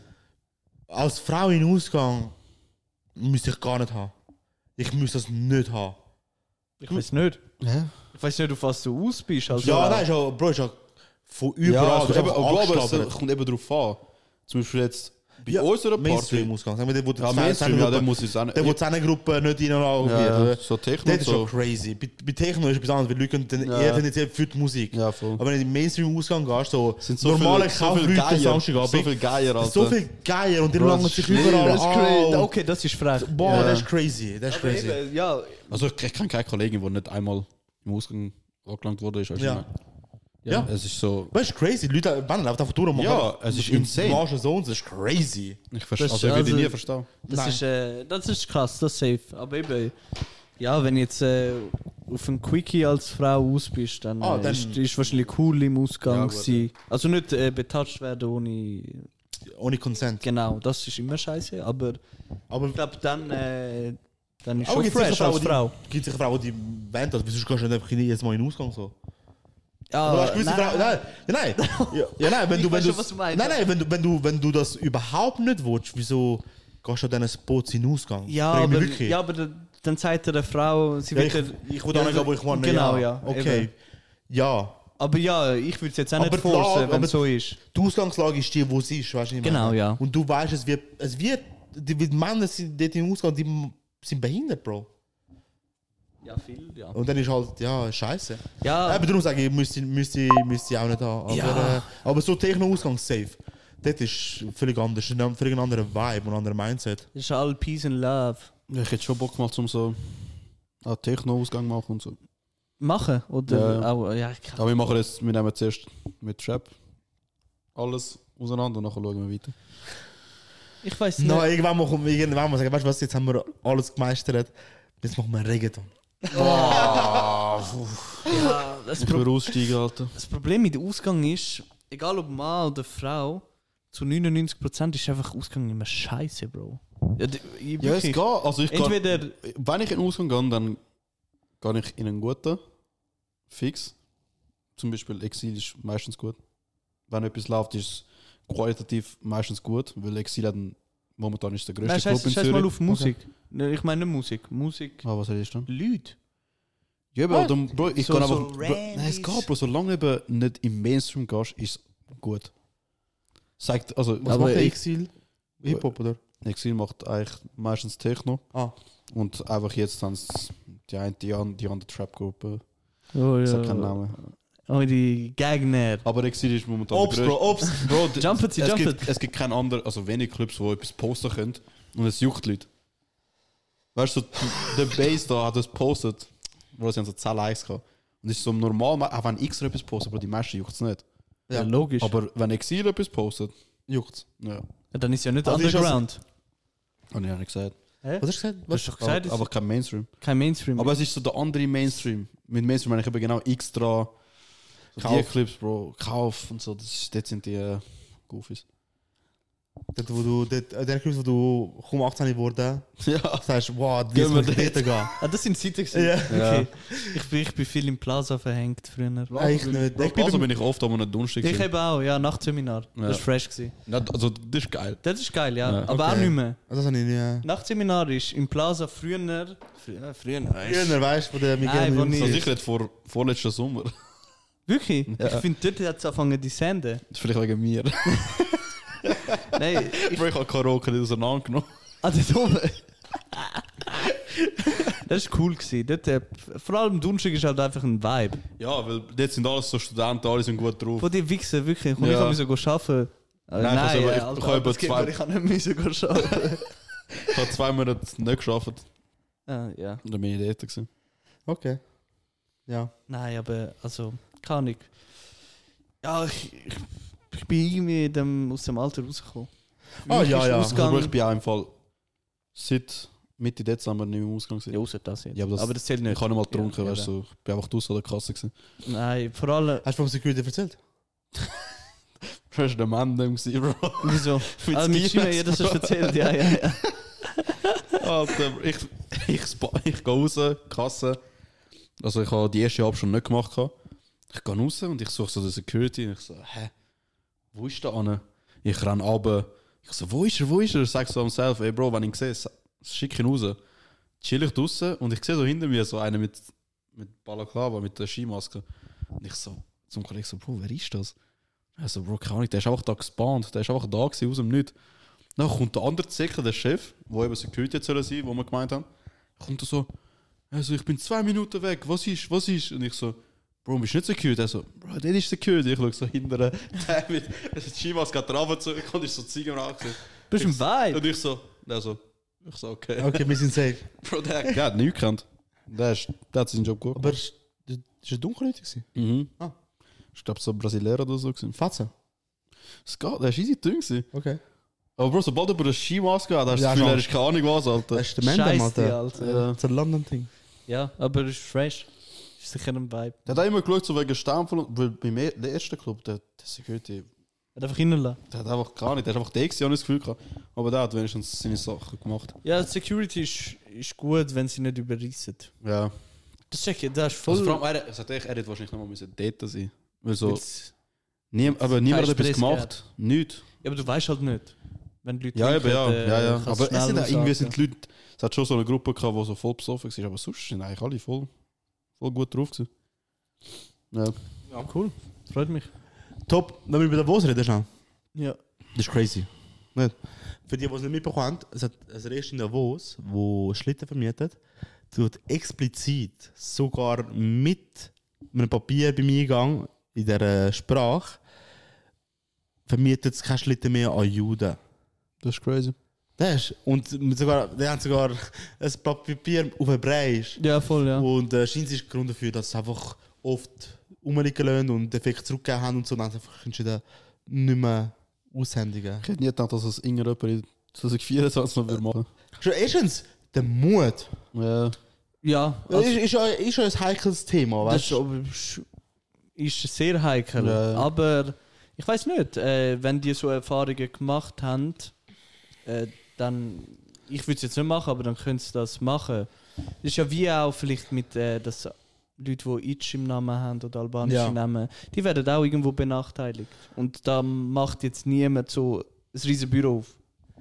als Frau in den Ausgang, müsste ich gar nicht haben. Ich müsste das nicht haben. Ich weiß nicht. Ja, Ich weiß nicht, auf was du aus bist. Also, Ja, nein, ist auch, Bro, ist ja von ja überall. also du bist eben, einfach aber es angeschlabbert. kommt eben darauf an. Zum Beispiel jetzt bei Ja, unserer Party. Mainstream-Ausgang. Sagen wir, der, wo die Ja, Zehn- Mainstream, ja, der Zehnergruppe- muss es auch nicht. der, wo die Zehnergruppe nicht reinlassen Ja, wird. ja, oder? so Techno Das und ist schon so. crazy. Bei, bei Techno ist es etwas anderes, weil Leute können dann Ja. eher tendenziell für die Musik. Ja, voll. Aber wenn du in den Mainstream-Ausgang gehst, so, Es sind so normale viele, so viele Kaufleute Geier, Samstagabend, so viele Geier, Alter. so viel Geier und die Bro, das langen ist sich schlimm. überall Das ist crazy. an. Okay, das ist frech. Boah, Ja. das ist crazy. Das ist Aber crazy. eben, ja. Also ich, ich kenne keine Kollegin, die nicht einmal im Ausgang angelangt wurde. Ist, weißt du, Ja. was ich meine? Ja. Es ist so... Das ist crazy. Die Leute Männer laufen einfach durch und machen Ja, einfach- es ist im insane. Marsch und so, das ist crazy. Ich verstehe, Das- also ich würde also- nie verstehen. Das Nein. ist, äh, das ist krass, das ist safe. Aber eben, ja, wenn jetzt äh, auf ein Quickie als Frau aus bist, dann, Ah, äh, dann- ist, ist wahrscheinlich cool im Ausgang Ja, gut, sein. Also nicht äh, betatscht werden ohne. Ohne Consent. Genau, das ist immer scheiße. Aber Aber ich glaube, dann, äh, dann ist aber schon gibt es fresh sicher als Frauen, Frau. die, gibt sicher Frauen, die wollen das. Wieso gehst du nicht einfach jedes Mal in den Ausgang so? Ja, Aber hast du gewisse Frauen, nein, ja, nein. Ja, ja, nein, wenn Ich du, wenn weiß du, schon, was du meinst. nein, nein, wenn du, wenn du, wenn du das überhaupt nicht willst, wieso gehst du an diesen Spots in den Ausgang? ja, Frag ich mich aber, wirklich. ja, aber dann- dann sagt er der Frau, sie Ja, wird. ich, ich will da nicht, aber ich will Genau, ja. Okay. eben. Ja. Aber ja, ich würde es jetzt auch nicht Aber klar, forcen, wenn aber- es so ist. Die Ausgangslage ist die, wo sie ist, weißt du, was ich Genau, meine? ja. Und du weißt, es wird, es wird, die, die Männer sind dort im Ausgang, die sind behindert, Bro. Ja, viel, ja. Und dann ist halt, ja, scheiße. Ja, Aber darum sage ich, müsste müsste müsste ich auch nicht haben. Aber, Ja. äh, aber so Techno-Ausgang safe. Das ist völlig anders. Das ist ein völlig anderer Vibe und ein anderer Mindset. das ist all Peace and Love. Ja, ich hätte schon Bock gemacht, um so einen Techno-Ausgang machen und so. Machen? Oder Ja. auch, ja, ich kann. Aber wir machen jetzt, wir nehmen zuerst mit Trap alles auseinander und nachher schauen wir weiter. Ich weiß nicht. No, irgendwann mal kommt irgendwann mal sagen, weißt du was, jetzt haben wir alles gemeistert. Jetzt machen wir Reggaeton. Oh, uff. Ja, das, Ich Pro will aussteigen, Alter. das Problem mit dem Ausgang ist, egal ob Mann oder Frau, zu neunundneunzig Prozent ist einfach Ausgang immer scheiße, Bro. Ja, d- ich- Ja, es wirklich. geht. Also ich kann, Entweder wenn ich in den Ausgang gehe, dann gehe ich in einen guten. Fix. Zum Beispiel Exil ist meistens gut. Wenn etwas läuft, ist es qualitativ meistens gut, weil Exil hat einen, momentan ist der größte Nein, Club scheiß, in scheiß Zürich. mal auf Musik. Ne, ich meine nicht Musik. Musik. Ah, was redest du? Leute. Ja, aber dann, Bro, ich So- kann so einfach. Bro, nein, es Randys. geht, Bro, solange du eben nicht im Mainstream gehst, ist es gut. Sagt, also, Was aber macht der ich, Exil? Hip-Hop, oder? Exil macht eigentlich meistens Techno. Ah. Und einfach jetzt haben sie die eine, die andere, die andere Trap-Gruppe. Oh Ich ja. sag keinen Namen. Oh, die Gegner. Aber Exil ist momentan Obst, der Bro, Obst. Bro, d- Jumpet sie, es, jumpet. gibt, es gibt keinen anderen, also wenig Clubs, die etwas posten können und es juckt Leute. Weißt du, so, der Base da hat das postet, wo sie haben so zehn Likes gehabt. Und es ist so normal, auch wenn X etwas postet, aber die meisten juckt es nicht. Ja, Ja. logisch. Aber wenn Exil etwas postet, Juckt's. ja, Ja, dann ist ja nicht Also ist Underground. habe ich auch nicht gesagt. Hä? Was hast du gesagt? Du hast doch gesagt, Aber, aber kein Mainstream. kein Mainstream. Aber es ist so der andere Mainstream. Mit Mainstream meine ich eben genau extra. So die Kauf. Clips, Bro, Kauf und so, das ist, dort sind die äh, Goofies. Dort, wo du, dort, äh, der Club, wo du kaum achtzehn wurde, Ja. sagst, wow, wie Gehen soll wir ich dort gehen? ah, das sind Zeiten gewesen. Ja. Okay. Ich, bin, ich bin viel im Plaza verhängt früher. Eigentlich nicht. Bro, Ich bin also beim- bin ich oft am Donnerstag. Ich gewesen. eben auch, ja, Nachtseminar. Ja. Das war fresh. Gewesen. Ja, also das ist geil. Das ist geil, ja. Ja. Aber Okay. auch nicht mehr. Also, das habe ich nie. Nachtseminar ist im Plaza früher. Früher, früher. weißt du. Früher, weißt du, wo der Nein, Miguel wo Jungs- nicht. Also ich rede vor vorletzten Sommer. Wirklich? Ja. Ich finde, dort hat es angefangen, die Senden. Das ist vielleicht wegen mir. Nein, ich. Bro, ich habe Karaoke nicht auseinandergenommen. Ah, dort oben. Das war cool. Gewesen. Dort, äh, vor allem Donnerstag ist halt einfach ein Vibe. Ja, weil dort sind alles so Studenten, alle sind gut drauf. Von die Wichsen, wirklich. Und Ja. ich musste arbeiten. Äh, Nein, ich hab's aber- äh, ich- Alter, ich habe das über geht zwei- mir, ich habe nicht müssen gehen arbeiten. Ich habe zwei Monate nicht geschafft. ah, ja. Dann bin ich dort gewesen. Okay. Ja. Nein, aber also, keine Ahnung. Ja, ich, ich, ich bin irgendwie in dem, aus dem Alter rausgekommen. Für Ah, mich ja, ist ja. Ausgang, Also, Bro, ich bin auch im Fall seit Mitte Dezember nicht mehr im Ausgang gewesen. ja, ausser das jetzt. Ja, aber das- aber das zählt nicht. Ich habe nicht mal getrunken, Ja, weißt du. So. Ich bin einfach draußen an der Kasse gewesen. Nein, vor allem, Hast du vom Security erzählt? Du warst der Mann dem gewesen, Bro. wieso? Mit Also mit Ski Schiene, ja, das hast du erzählt, ja, ja, ja. Alter, ich, ich, spa- ich gehe raus, Kasse. Also ich habe die erste Halbstunde nicht gemacht. gehabt. Ich gehe raus und ich suche so den Security und ich so, hä, wo ist der Anne? Ich renne runter. Ich so, wo ist er, wo ist er? Ich sage so am self, ey Bro, wenn ich ihn sehe, schicke ihn raus. Chill ich draußen und ich sehe so hinter mir so einen mit, mit Balaklava, mit der Skimaske. Und ich so zum Kollegen so, Bro, wer ist das? Er so, Bro, keine Ahnung, der ist einfach da gespawnt. Der ist einfach da gewesen, aus dem Nichts. Dann kommt der andere Zecke, der Chef, der eben Security jetzt soll sein, wo wir gemeint haben, kommt er so, also ich bin zwei Minuten weg, was ist, was ist? Und ich so, Bro, bist du nicht Security? Er so, Bro, der ist Security. Ich schaue so hinter der mit der Skimaske hat er runtergezogen und ist so Ziegen angesehen. Bist du im Vibe? Und ich so, der so, ich so, okay. Okay, wir sind safe. Bro, der, der hat nichts gekannt. Der, ist, der hat seinen Job gut Aber gemacht. das war ein Dunkelhäutig. gewesen. Mhm. Ah. Ich glaube, so Brasilerer oder so. Gewesen. Fatze. Es geht, der war easy dünn. gewesen. Okay. Aber Bro, sobald du über eine Skimaske hast, hast du Ja, das Gefühl, schon. er ist keine Ahnung was, Alter. Das ist der Mendem, Scheiße, Alter. Alter. Ja. Das ist ein London-Ding. Ja, aber es ist fresh. Ist sicher ein Vibe. Der hat auch immer geschaut, so wegen Stempel. Weil beim er- der ersten Club, der, der Security, Hat einfach reinlassen. der hat einfach gar nicht, der hat einfach der gewesen, habe ich das Gefühl gehabt. Aber der hat wenigstens seine Sachen gemacht. Ja, Security ist, ist gut, wenn sie nicht überreissen. Ja. Das check ich, das ist voll. Also vor allem, er, er, sagt, er hätte wahrscheinlich noch mal müssen dort sein. Weil so, Jetzt- nie, aber niemand hat Kein etwas Stress gemacht. Nichts. Ja, aber du weißt halt nicht. Wenn die Leute Ja, eben, trinken, ja. äh, ja, ja. kannst Aber du es sind schnell auch irgendwie sagen. sind die Leute, es hat schon so eine Gruppe gehabt, die so voll besoffen war, aber sonst sind eigentlich alle voll, voll gut drauf gewesen. Ja. Ja, cool. Freut mich. Top. Wenn wir über Davos reden, schnell. Ja. Das ist crazy. Nicht? Für die, die es nicht mitbekommen haben, es hat ein Rest in Davos, wo Schlitten vermietet, tut explizit sogar mit einem Papier beim Eingang in dieser Sprache vermietet es keine Schlitten mehr an Juden. Das ist crazy. Das ist, und mit sogar, die haben sogar ein Papier auf Hebräisch. Ja, voll, ja. Und äh, scheint ist der Grund dafür, dass sie einfach oft rumliegen lassen und Effekt zurückgegeben haben und so, dann haben sie einfach entschieden, nicht mehr aushändigen. Ich hätte nie gedacht, dass es irgendjemand in zwanzig vierundzwanzig noch würde machen. Schon erstens, der Mut. Ja. Ja, Also, ist, ist, ja, ist ja ein heikles Thema, das weißt ist, du? aber ist ist sehr heikel. Ja. Aber ich weiß nicht, äh, wenn die so Erfahrungen gemacht haben, äh, dann, ich würde es jetzt nicht machen, aber dann können sie das machen. Das ist ja wie auch vielleicht mit, äh, dass Leute, die Itch im Namen haben oder albanische Ja. Namen, die werden auch irgendwo benachteiligt. Und da macht jetzt niemand so ein riesen Büro auf.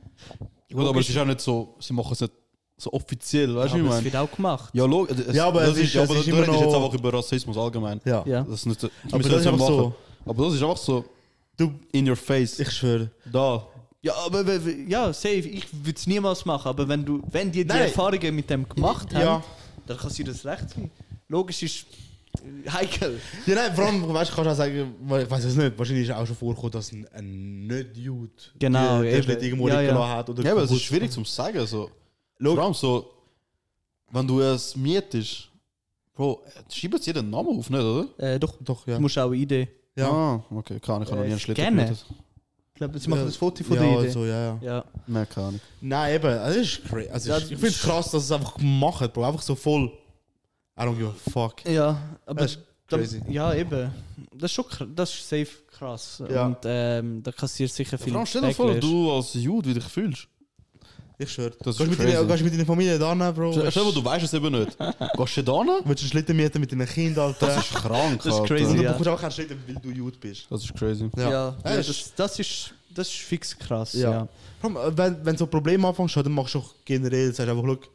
Gut, aber es ist auch nicht so, sie machen es nicht so offiziell, weißt du, Aber wie ich es meine? wird auch gemacht. Ja, log, es, Ja, aber das es ist, ist- ja, es aber ist du immer redest jetzt noch- einfach über Rassismus allgemein. Ja. Ja. Das ist nicht, das Aber müssen das wir ist nicht einfach machen. Aber das ist einfach so Du, in your face. ich schwöre. Da. Ja, aber w- w- ja, safe, ich würde es niemals machen, aber wenn du, wenn die die Nein. Erfahrungen mit dem gemacht haben, Ja. dann kann sie das recht sein. Logisch ist äh, heikel. Ja, nein, vor allem, weißt du, kannst du auch sagen, weil ich weiß es nicht, wahrscheinlich ist auch schon vorgekommen, dass ein, ein nicht-Jude Genau, die, die eben. Schritt irgendwo Ja, liegen ja. lassen hat. Oder Ja, aber es ist kaputt- schwierig zu sagen. So. Log- Vor allem so, wenn du es mietest, Bro, schreib jetzt jeden Namen auf, nicht, oder? Äh, doch, Doch, ja. du musst auch Idee. Ja. Ah, okay, kann ich, habe noch nie Äh, einen Schlitten scannen. gemietet. Ich glaube, sie machen Ja. das Foto von ja, der Idee. Also, ja, ja. Ja. Nein, keine Ahnung. Nein, eben, das ist crazy. Also, Ja, ich finde es krass, dass es einfach gemacht hat, Bro. Einfach so voll. I don't give a fuck. Ja, aber Das ist dann- crazy. ja, eben. Das ist schon kr- das ist safe krass. Ja. Und ähm, da kassiert sicher viel Vor allem stell dir vor, Backlash. du als Jude, wie dich fühlst. Ich schwöre. Das Gehst ist mit crazy. deiner- gehst mit deiner Familie da hin, Bro? Stell dir vor, du weißt es eben nicht. Gehst du da hin? Willst du einen Schlitten mieten mit deinen Kindern, Alter? Das ist krank, Das ist Alter. crazy, Und du ja. bekommst auch keinen Schlitten, weil du Jude bist. Das ist crazy. Ja, Ja. ja, Ja, das, das, ist, das ist fix krass. Ja. Ja. Vor allem, Wenn, wenn du so Probleme anfängst, dann machst du auch generell, sagst einfach, schau,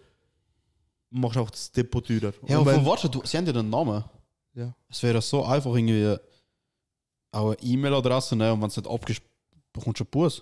machst auch das Depot teurer. Ja, Und aber wenn, warte, du, sie haben ja den Namen. Ja. Es wäre so einfach irgendwie auch eine E-Mail-Adresse nehmen und wenn es nicht abgibst, bekommst du einen Bus.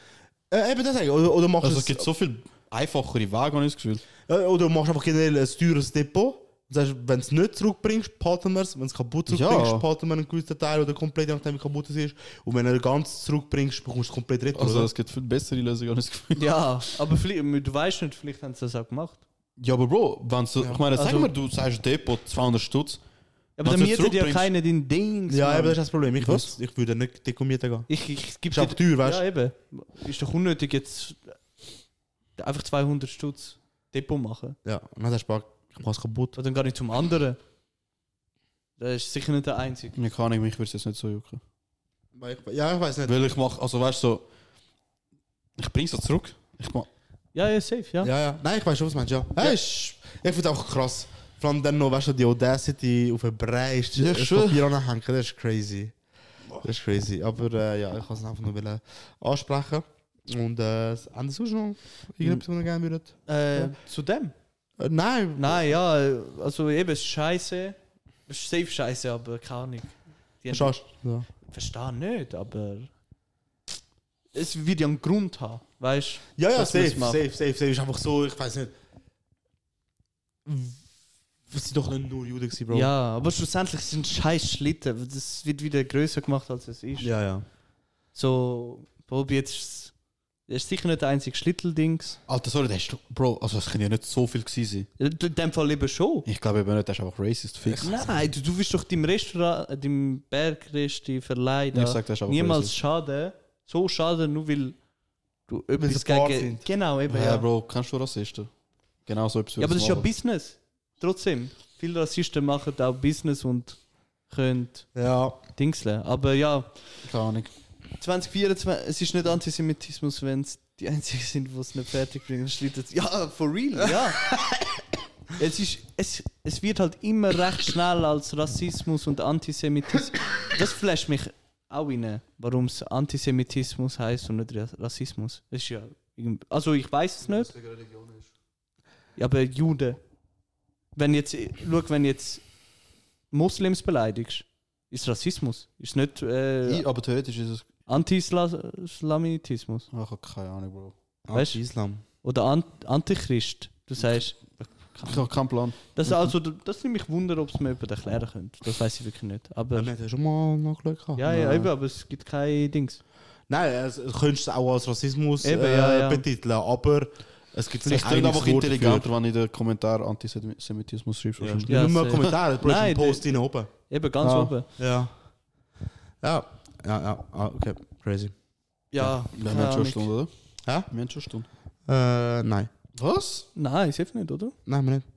äh, eben das eigentlich. Oder, oder machst Also es, es gibt so viel einfachere Wege, habe ich das Gefühl. äh, oder machst einfach generell ein teures Depot. Und sagst, wenn du es nicht zurückbringst, behalten wir es. Wenn es kaputt Ja. zurückbringst, behalten wir einen gewissen Teil oder komplett, je nachdem wie kaputt es ist. Und wenn du es ganz zurückbringst, bekommst du es komplett retour. Also oder? es gibt viel bessere Lösungen, habe ich das Gefühl. Ja, aber vielleicht, du weißt nicht, vielleicht haben sie das auch gemacht. Ja, aber Bro, wenn du, ich meine, sag Also- mal, du sagst Depot zweihundert Stutz. Aber Wenn dann du es mietet ja zurückbringst- keiner den Dings. Ja, Mann. eben, das ist das Problem. Ich, Was? würd- ich würde nicht dekommiert gehen. Ich, ich gebe Ist auch teuer, weißt du? Ja, eben. Ist doch unnötig jetzt einfach zweihundert Stutz Depot machen. Ja, und dann sagst du, ich mache es kaputt. Oder dann gar nicht zum anderen. Das ist sicher nicht der einzige. Mir kann ich mich würde es jetzt nicht so jucken. Weil ich- Ja, ich weiß nicht. Weil ich mache, also weißt du, so, ich bring's das zurück. Ich mach, Ja, ja, safe, ja. Ja, ja. Nein, ich weiß schon, was du meinst, ja. ja. Ist, ich finde es auch krass. Vor allem dann noch, weißt du, die Audacity auf einen Brei ist, Ja, das schon. Papier anhängen, das ist crazy. Das ist crazy. Aber äh, ja, ich kann es einfach nur wollen ansprechen. Und äh, haben Sie sonst noch irgendetwas, was ihr gerne würdet? Äh, zu dem? Äh, nein. Nein, ja, also eben, es ist scheiße. Es ist safe scheiße, aber keine Ahnung. Die haben- Verstehst du? Ja. Verstehe nicht, aber es wird ja einen Grund haben, weißt du? Ja, ja, dass man es safe, macht. safe, safe, safe. Ist einfach so, ich weiß nicht. Wir sind doch nicht nur Juden gewesen, Bro. Ja, aber schlussendlich sind scheiß Schlitten. Das wird wieder größer gemacht, als es ist. Ja, ja. So, Bobby jetzt. Das ist sicher nicht der einzige Schlitteldings. Alter, sorry, das ist, Bro, also es kann ja nicht so viel gewesen sein. In dem Fall eben schon. Ich glaube eben nicht, das ist einfach racist fix. Nein, du, du wirst doch deinem Restaurant, äh, deinem Bergresti Verleih Ich sag, das ist einfach niemals racist. schaden. So schaden, nur weil du sie etwas paar gegen. sind. Genau, eben. Ja, Ja, Bro, kannst du Rassisten? Genau so etwas ja aber das ist ja machen. Business. Trotzdem. Viele Rassisten machen auch Business und können Ja. Dingseln. Aber ja, Keine Ahnung. zwanzig vierundzwanzig, es ist nicht Antisemitismus, wenn es die Einzigen sind, die es nicht fertig bringen. Ja, for real, ja. es, ist, es, es wird halt immer recht schnell als Rassismus und Antisemitismus. Das flasht mich auch rein, warum es Antisemitismus heißt und nicht Ra- Rassismus. Das ist ja irgend- also ich weiß es nicht. Ja, aber Juden. Wenn jetzt, schau, wenn jetzt Moslems beleidigst, ist Rassismus. Ist nicht äh, Ich, aber theoretisch ist es. Anti-Islamitismus. Ach, ich habe keine Ahnung, Bro. Weißt du? Islam. Oder An Antichrist. Du sagst, Ich habe keinen Plan. das, also, das nimmt mich Wunder, ob es mir jemand erklären könnte. Das weiß ich wirklich nicht. Aber, Ja, hast du schon mal nachgeschaut? ja, ja, eben, aber es gibt keine Dings. Nein, es, du könntest es auch als Rassismus Eben, äh, ja, ja. betiteln, aber es gibt Vielleicht ein klingt eigenes einfach Wort intelligenter, dafür. wenn ich in den Kommentar Antisemitismus schreibst. Ja, wahrscheinlich. ja, nur mal safe. Kommentare, du Nein, einen Post rein oben. Eben, ganz Ah. oben. Ja. Ja, ja, ja, ah, okay, crazy. Ja, Wir keine haben schon eine Ahnung. Stunde, oder? Hä? Wir haben schon eine Stunde. Äh, nein. Was? Nein, safe nicht, oder? Nein, wir nicht.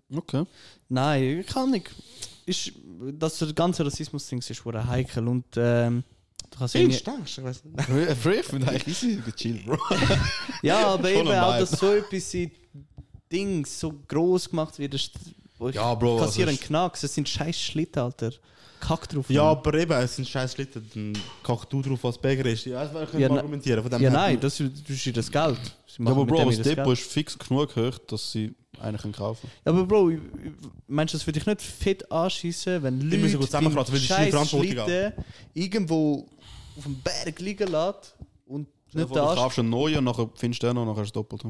Okay. Nein, kann nicht. Ist, das ganze Rassismus-Ding ist schon heikel und ähm, du kannst eh Findest nicht- du? Ich weiß nicht. Free, ich finde eigentlich easy chill, Bro. Ja, aber Schon eben ein auch, Vibe. dass so etwas in Dings so groß gemacht wird, ist, wo ich Ja, Bro, kassiere also einen Knacks, es sind scheiß Schlitten, Alter. Kack drauf. Ja, Mann. aber eben, es sind scheiß Schlitten, dann kackst du drauf als Bäger ist. Ja, das könnte Ja, man ne- argumentieren. Von dem Ja, her- nein, das, das ist ja das Geld. Sie Ja, machen aber mit Bro, dem das ihr Depot Geld. ist fix genug hoch, dass sie einen können kaufen Ja, aber Bro, ich- ich- meinst du, das würde dich nicht fett anschießen, wenn müssen Leute gut zusammenkratzen, weil die scheiß Verantwortung Schlitten irgendwo auf dem Berg liegen lässt und ja, nicht Du da. kaufst einen neuen und nachher findest du den noch und nachher ist es doppelt.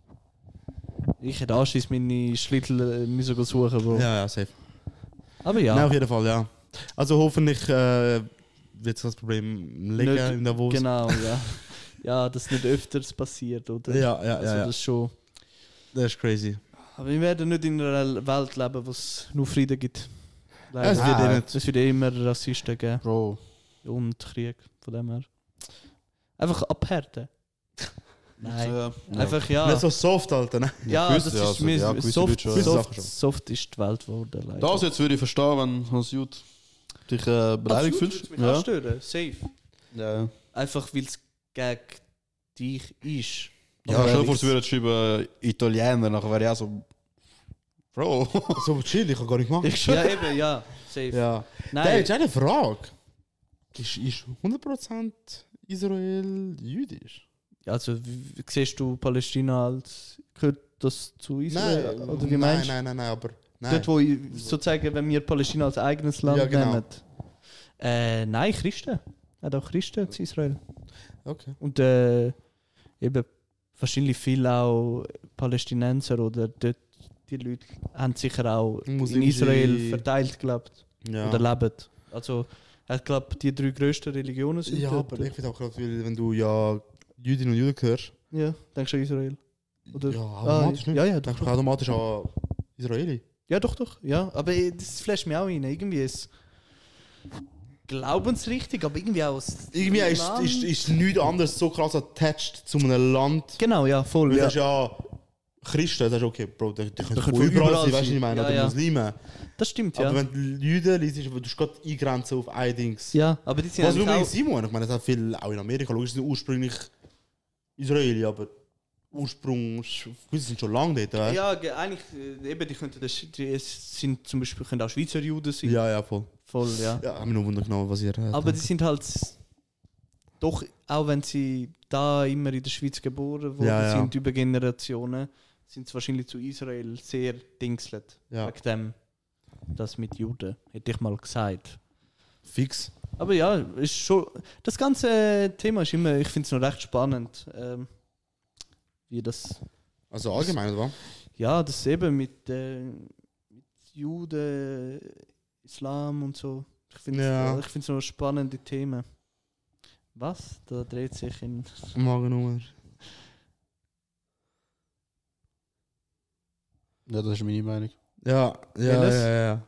Ich hätte anschließend meine Schlittel äh, müssen gehen suchen, Bro. Ja, ja, safe. Aber ja. Nein, auf jeden Fall, ja. Also hoffentlich äh, wird sich das Problem legen Nicht- in Davos. Genau, ja. Ja, das nicht öfters passiert, oder? Ja, ja, Also ja, ja. das schon. Das ist crazy. Aber wir werden nicht in einer Welt leben, wo es nur Frieden gibt. Ja, es Leider. wird eh nicht. Es wird eh immer Rassisten geben Bro, und Krieg, von dem her. Einfach abhärten. Nein. ja. Einfach ja. Nicht so soft, Alter. Ne? Ja, gewisse, das ist also, mir ja, gewisse soft, Leute schon, ja. soft, Sachen schon. soft ist die Welt geworden. leider. Das jetzt würde ich verstehen, wenn du als Jude dich äh, beleidigt Absolut, fühlst. würde mich Ja. auch stören. Safe. Ja. Einfach weil es gegen dich ist. Ja, Aber stell dir vor, ich- sie würden schreiben Italiener, nachher wäre ich auch so. Bro. So chill, ich kann gar nicht machen. Ja, eben, ja. Safe. Ja. Da Nein, ist eine Frage. Ist, ist hundert Prozent Israel jüdisch? also wie, wie siehst du Palästina als, gehört das zu Israel? Oder wie nein, meinst du? nein, nein, nein, aber nein. Dort, wo ich, sozusagen, wenn wir Palästina als eigenes Land Ja, genau. nehmen. Äh, nein, Christen. Hat auch Christen zu Israel. Okay. Und äh, eben wahrscheinlich viele auch Palästinenser oder dort, die Leute haben sicher auch in Muslimische- Israel verteilt gelebt Ja. oder leben. Also ich glaube, die drei grössten Religionen sind Ja, dort. aber ich finde auch gerade, weil wenn du ja Jüdinnen und Juden hörst, Ja, denkst du an Israel? Oder? ja, automatisch ah, nicht. ja, ja, doch, Denkst du doch. automatisch an Israeli? Ja, doch, doch. Ja, aber eh, das flasht mir auch rein. Irgendwie ist glaubensrichtig, aber irgendwie auch das Irgendwie ist, Land. ist, ist nichts anderes so krass attached zu einem Land. Genau, ja, voll. Weil Ja. das ist ja Christen, das ist okay, Bro, die, die können können von von überall überall sein, weißt du, sein. ich meine, Ja, oder ja. Muslime. Das stimmt, ja. Aber wenn du Juden liest, du musst gerade eingrenzen auf ein Dings. Ja, aber die sind Was eigentlich übrigens auch, Simon, ich meine, das hat viel auch in Amerika, logisch sind ursprünglich Israeli, aber Ursprung, die sind schon lange dort, weißt du? ja, ge- eigentlich, äh, eben, die könnten das, die es sind zum Beispiel können auch Schweizer Juden sein. Ja, ja, voll. Voll, ja. Ja, haben wir noch Wunder genommen, was ihr habt. Aber die sind halt doch, auch wenn sie da immer in der Schweiz geboren worden Ja, ja. sind, über Generationen, sind sie wahrscheinlich zu Israel sehr dingselt. Ja. Wegen dem, das mit Juden, hätte ich mal gesagt. Fix. Aber ja, ist schon, das ganze Thema ist immer, ich finde es noch recht spannend, ähm, wie das, Also allgemein, oder? ja, das eben mit, äh, mit Juden, Islam und so. Ich finde es Ja. ich find's noch spannende Themen. Was? Da dreht sich in. Magennummer. Ja, das ist meine Meinung. Ja, ja, ja, Welches? ja, ja.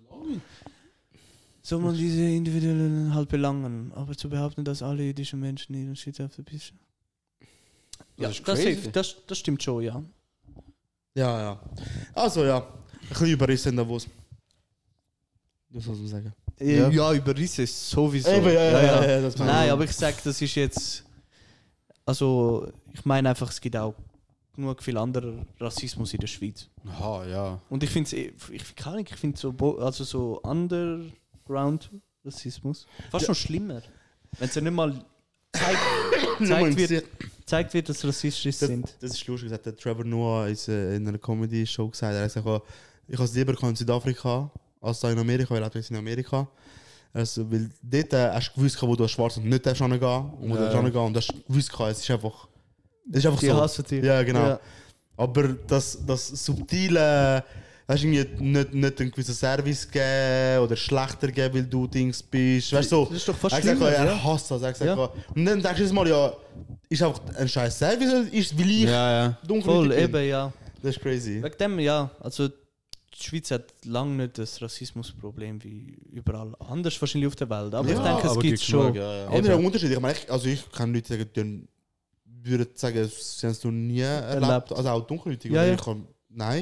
Soll man diese individuellen halt belangen, aber zu behaupten, dass alle jüdischen Menschen in der Schweiz auf der Piste. Ja, ist das, crazy. das, das stimmt schon, ja. Ja, ja. Also ja, ein bisschen Überrissen in Davos. Das muss man sagen. Ja, Ja. ja Überrisse ist sowieso. Eben, ja, ja, ja, ja, das meine Nein, ich. aber ich sage, das ist jetzt. Also, ich meine einfach, es gibt auch genug viel anderer Rassismus in der Schweiz. Aha, ja. Und ich finde es, ich kann nicht, ich finde so, bo- also so Underground Rassismus fast Ja. noch schlimmer. Wenn es ja nicht mal zeigt, Nur mal im zeigt, wird, Gesicht. zeigt wird, dass rassistisch Das, sind. das ist lustig, das hat der Trevor Noah ist, äh, in einer Comedy-Show gesagt. Er hat gesagt, oh, ich habe es lieber in Südafrika als da in Amerika, weil er lebt in Amerika. Also, weil dort äh, hast du gewusst, wo du als Schwarz und nicht darfst hingehen und wo du Ja. darfst hingehen und du hast gewusst, es ist einfach, es ist einfach Die so. hassen dich. Ja, genau. Ja. Aber das, das subtile, hast du irgendwie nicht, nicht einen gewissen Service geben oder schlechter geben, weil du Dings bist. Weißt du, so. Das ist doch fast er hat gesagt, schlimmer, er ja. hasst das. Er hat gesagt, Ja. und dann denkst du jedes Mal, ja, ist einfach ein scheiß Service oder ist weil ich Ja, ja. dunkelhäutig Voll, bin? eben, ja. Das ist crazy. Wegen dem, ja. Also, die Schweiz hat lange nicht das Rassismusproblem wie überall anders wahrscheinlich auf der Welt. Aber Ja, ich denke, es aber gibt gibt's schon. genug, ja, ja. Andere Eben. Unterschiede. Ich meine, ich, also ich kann Leute sagen, die würden sagen, sie haben es noch nie erlebt. Erlebt. Also auch dunkelhäutig. Ja, oder ja. ich kann, nein.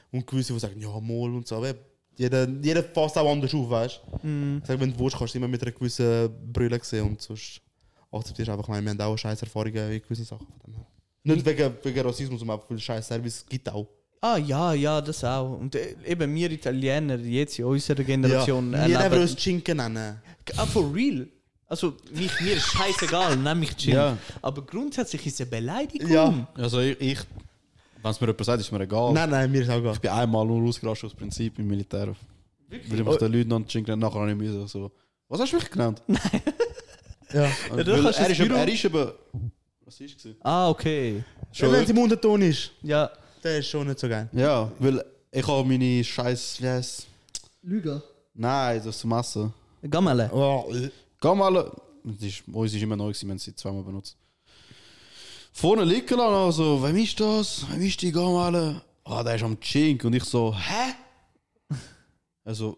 Und gewisse, die sagen, ja, Mol und so. Aber jeder, jeder fasst auch anders auf, weißt du? Mm. Ich sage, wenn du willst, kannst du immer mit einer gewissen Brille sehen und sonst akzeptierst du einfach, ich meine, wir haben auch scheiß Erfahrungen in gewissen Sachen. Von dem her. Nicht wegen, wegen Rassismus, sondern einfach, weil scheiß Service gibt auch. Ah ja, ja, das auch. Und äh, eben wir Italiener, jetzt in unserer Generation, Ja, wir erleben- nehmen uns Chinken nennen. Ah, for real? Also, mich, mir ist scheißegal, nenn mich Jim. Ja. Aber grundsätzlich ist es eine Beleidigung. Ja. Also ich, ich wenn es mir jemand sagt, ist mir egal. Nein, nein, mir ist auch egal. Ich bin einmal nur ausgerastet aus Prinzip im Militär. Wirklich? Weil ich mich den Leuten Chinken nachher nicht müssen. So, was hast du mich genannt? Ja. Ja, Weil du kannst er, das ist, eben- Büro- er ist eben... Was ist es? Ah, okay. Schon wenn es im Unterton ist, Ja. der ist schon nicht so geil. Ja, weil ich habe meine scheiß... Wie heisst Lüge. Nein, das zum Essen. Gammele. Oh, Geh mal... Das ist, uns ist immer neu gewesen, wir haben sie zweimal benutzt. Vorne liegen lassen, also, wem ist das? Wem ist die Gamale? Ah, der ist am Chink. Und ich so, hä? Also,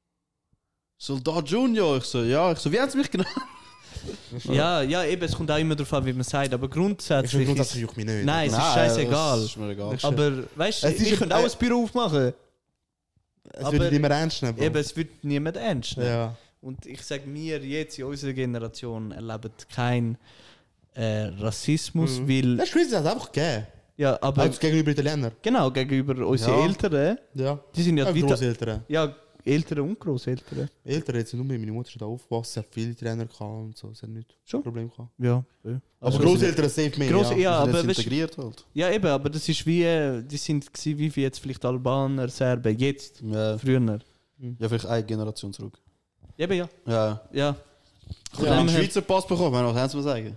Soldat Junior. Ich so, ja. Ich so, wie haben sie mich genannt? Ja, ja, eben, es kommt auch immer darauf an, wie man sagt, aber ich grundsätzlich. finde ist, grundsätzlich juckt mich nicht. nein, es ist Nein, scheißegal. Das ist mir egal. Aber weißt du, Es ist ich ein- könnte auch ein Büro aufmachen. Es aber- wird nicht mehr ernst nehmen. Bro. Eben, es wird niemand ernst nehmen. Ja. Und ich sage mir, jetzt in unserer Generation erleben keinen äh, Rassismus, Mhm. weil. Das ist crazy, das hat es einfach gegeben. Ja, aber Auch gegenüber Italienern. genau, gegenüber unseren Ja. Eltern, Ja. die sind ja, Ja, weiter. Grosseltern. Ja, Eltern und Grosseltern. Eltern jetzt nicht nur, meine Mutter ist da aufgewachsen, sie hat viele Trainer gehabt und so, sie hat nicht Schon? Problem gehabt. Ja. Aber Also, Grosseltern safe mehr. Grosse, ja. ja, Also, aber das weißt, integriert halt. ja, eben, aber das ist wie, äh, die sind gewesen, wie wie jetzt vielleicht Albaner, Serben, jetzt, Ja. früher. Ja, vielleicht eine Generation zurück. Eben, ja. Ja. Ja, Ich habe einen Schweizer Pass bekommen, was haben sie mir sagen?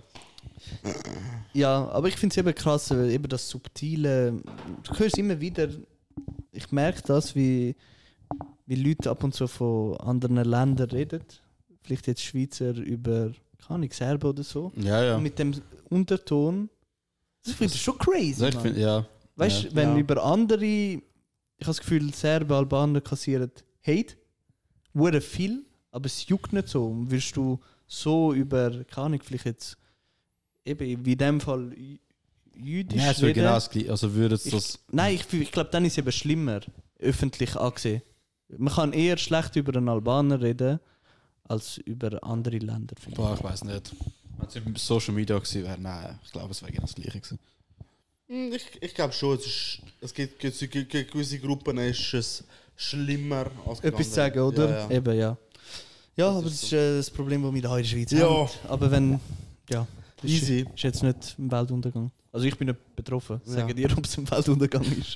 ja, aber ich finde es eben krass, weil eben das Subtile, du hörst immer wieder, ich merke das, wie, wie Leute ab und zu von anderen Ländern reden, vielleicht jetzt Schweizer über, keine Ahnung, Serben oder so, Ja, ja. und mit dem Unterton, das finde ich schon crazy, Also ich Mann. find, ja. Weißt du, ja. wenn Ja. über andere, ich habe das Gefühl, Serben, Albaner kassieren Hate, wurde viel, aber es juckt nicht so. Und wirst du so über, keine Ahnung, vielleicht jetzt, eben wie in dem Fall jü- jüdisch Ja, es wäre reden. genau das gleiche. Also würde es Ich, das... nein, ich, ich glaube, dann ist es eben schlimmer, öffentlich angesehen. Man kann eher schlecht über einen Albaner reden, als über andere Länder. finde ich. Boah, ich weiß nicht. Wenn es über Social Media gewesen wäre, nein, ich glaube, es wäre genau das gleiche gewesen. Hm, Ich, ich glaube schon, es, ist, es gibt gewisse, ge- ge- gewisse Gruppen, ist es schlimmer als die Etwas zu sagen, anderen. oder? Ja, ja. Eben, ja. Ja, Das aber ist das ist so. äh, das Problem, das wir hier in der Schweiz Ja. haben. Aber wenn, ja, das ist, Easy. ist jetzt nicht ein Weltuntergang. Also ich bin nicht betroffen. Ja. Sagen dir, ob es ein Weltuntergang ist.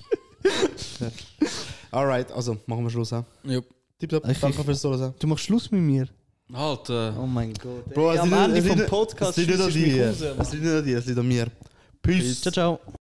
Alright, also machen wir Schluss. Ja. Tipptopp, Ich- danke fürs Zuhören. Du machst Schluss mit mir. Halt, äh... Oh mein Gott. Bro, Ey, es am liegt- Ende es vom liegt- Podcast es liegt nicht an schliessest du mich dir. raus, Mann. Es liegt nicht an dir, es liegt an mir. Peace. Ciao, ciao.